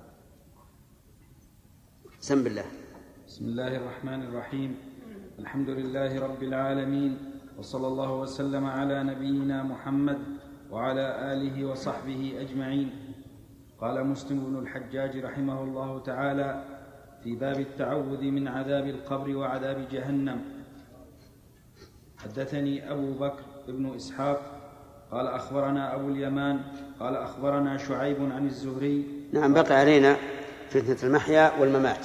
بسم الله. بسم الله الرحمن الرحيم. الحمد لله رب العالمين، وصلى الله وسلم على نبينا محمد وعلى آله وصحبه أجمعين. قال مسلم بن الحجاج رحمه الله تعالى في باب التعوذ من عذاب القبر وعذاب جهنم: حدثني أبو بكر بن إسحاق قال أخبرنا أبو اليمان قال أخبرنا شعيب عن الزهري. نعم، بقي علينا فتنة المحيا والممات.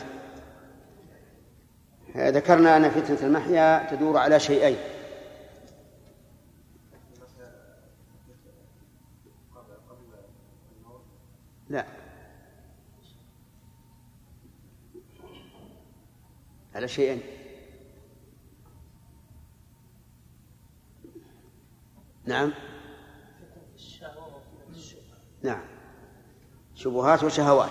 ذكرنا أن فتنة المحيا تدور على شيئين: لا، على شيئين. نعم، نعم، شبهات وشهوات.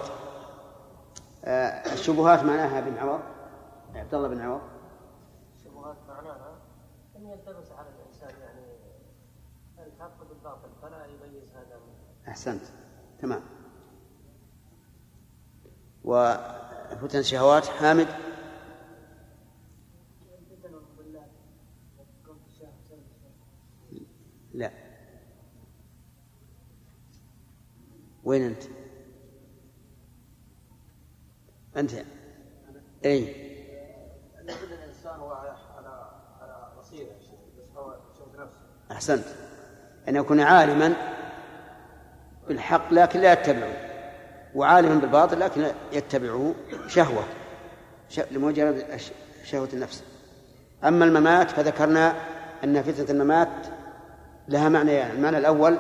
الشبهات معناها بن عوض، عبد الله بن عوض. الشبهات معناها أن يلتبس على الإنسان يعني الحق بالباطل فلا يميز هذا منه. أحسنت، تمام. وفتن الشهوات حامد. لا، وين أنت؟ أنت أي يكون الإنسان هو على بصيرة، بس هو يشوف نفسه. أحسنت، أن يكون عالما بالحق لكن لا يتبعه، وعالما بالباطل لكن يتبعه شهوة لمجرد شهوة النفس. أما الممات فذكرنا أن فتنة الممات لها معنى، يعني المعنى الأول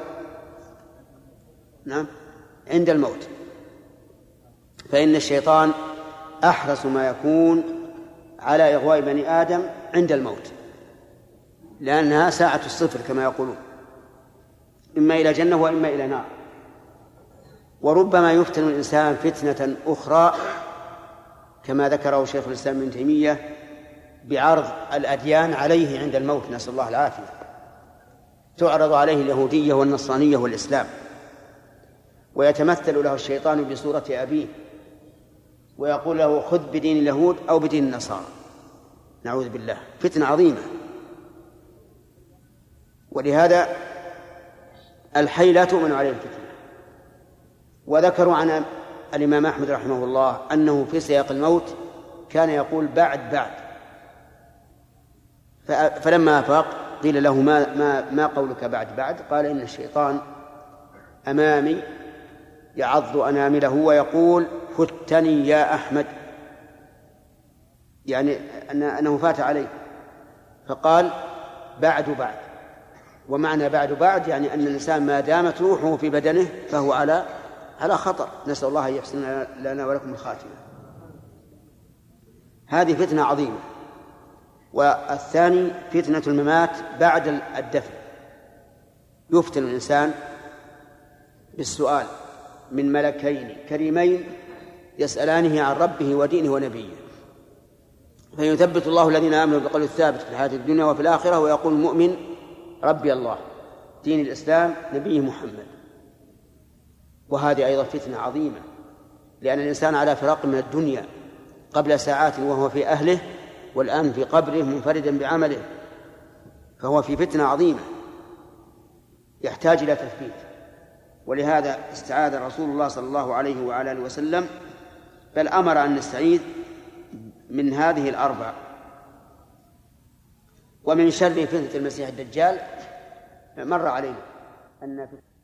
نعم عند الموت، فإن الشيطان أحرص ما يكون على إغواء بني آدم عند الموت، لأنها ساعة الصفر كما يقولون، إما إلى جنة وإما إلى نار. وربما يفتن الإنسان فتنة أخرى كما ذكره شيخ الإسلام ابن تيمية بعرض الأديان عليه عند الموت، نسأل الله العافية. تعرض عليه اليهودية والنصرانية والإسلام، ويتمثل له الشيطان بصورة أبيه ويقول له خذ بدين اليهود أو بدين النصارى، نعوذ بالله، فتنة عظيمة. ولهذا الحي لا تؤمن عليه الفتنة. وذكروا عن الإمام أحمد رحمه الله أنه في سياق الموت كان يقول بعد فلما أفاق قيل له ما قولك بعد؟ قال إن الشيطان أمامي يعض أنامله ويقول فتني يا أحمد، يعني أنه فات عليه، فقال بعد. ومعنى بعد يعني أن الإنسان ما دامت روحه في بدنه فهو على خطر. نسأل الله أن يحسن لنا ولكم الخاتمة. هذه فتنة عظيمة. والثاني فتنة الممات بعد الدفن. يفتن الإنسان بالسؤال من ملكين كريمين يسألانه عن ربه ودينه ونبيه، فيثبت الله الذين آمنوا بالقول الثابت في الحياة الدنيا وفي الآخرة، ويقول المؤمن ربي الله دين الإسلام نبيه محمد. وهذه أيضا فتنة عظيمة، لأن الإنسان على فراق من الدنيا قبل ساعات وهو في أهله، والآن في قبره منفردا بعمله، فهو في فتنة عظيمة يحتاج إلى تثبيت. ولهذا استعاذ رسول الله صلى الله عليه وعلى آله وسلم، بل أمر أن نستعيذ من هذه الأربع. ومن شر فتنة المسيح الدجال مر علينا أن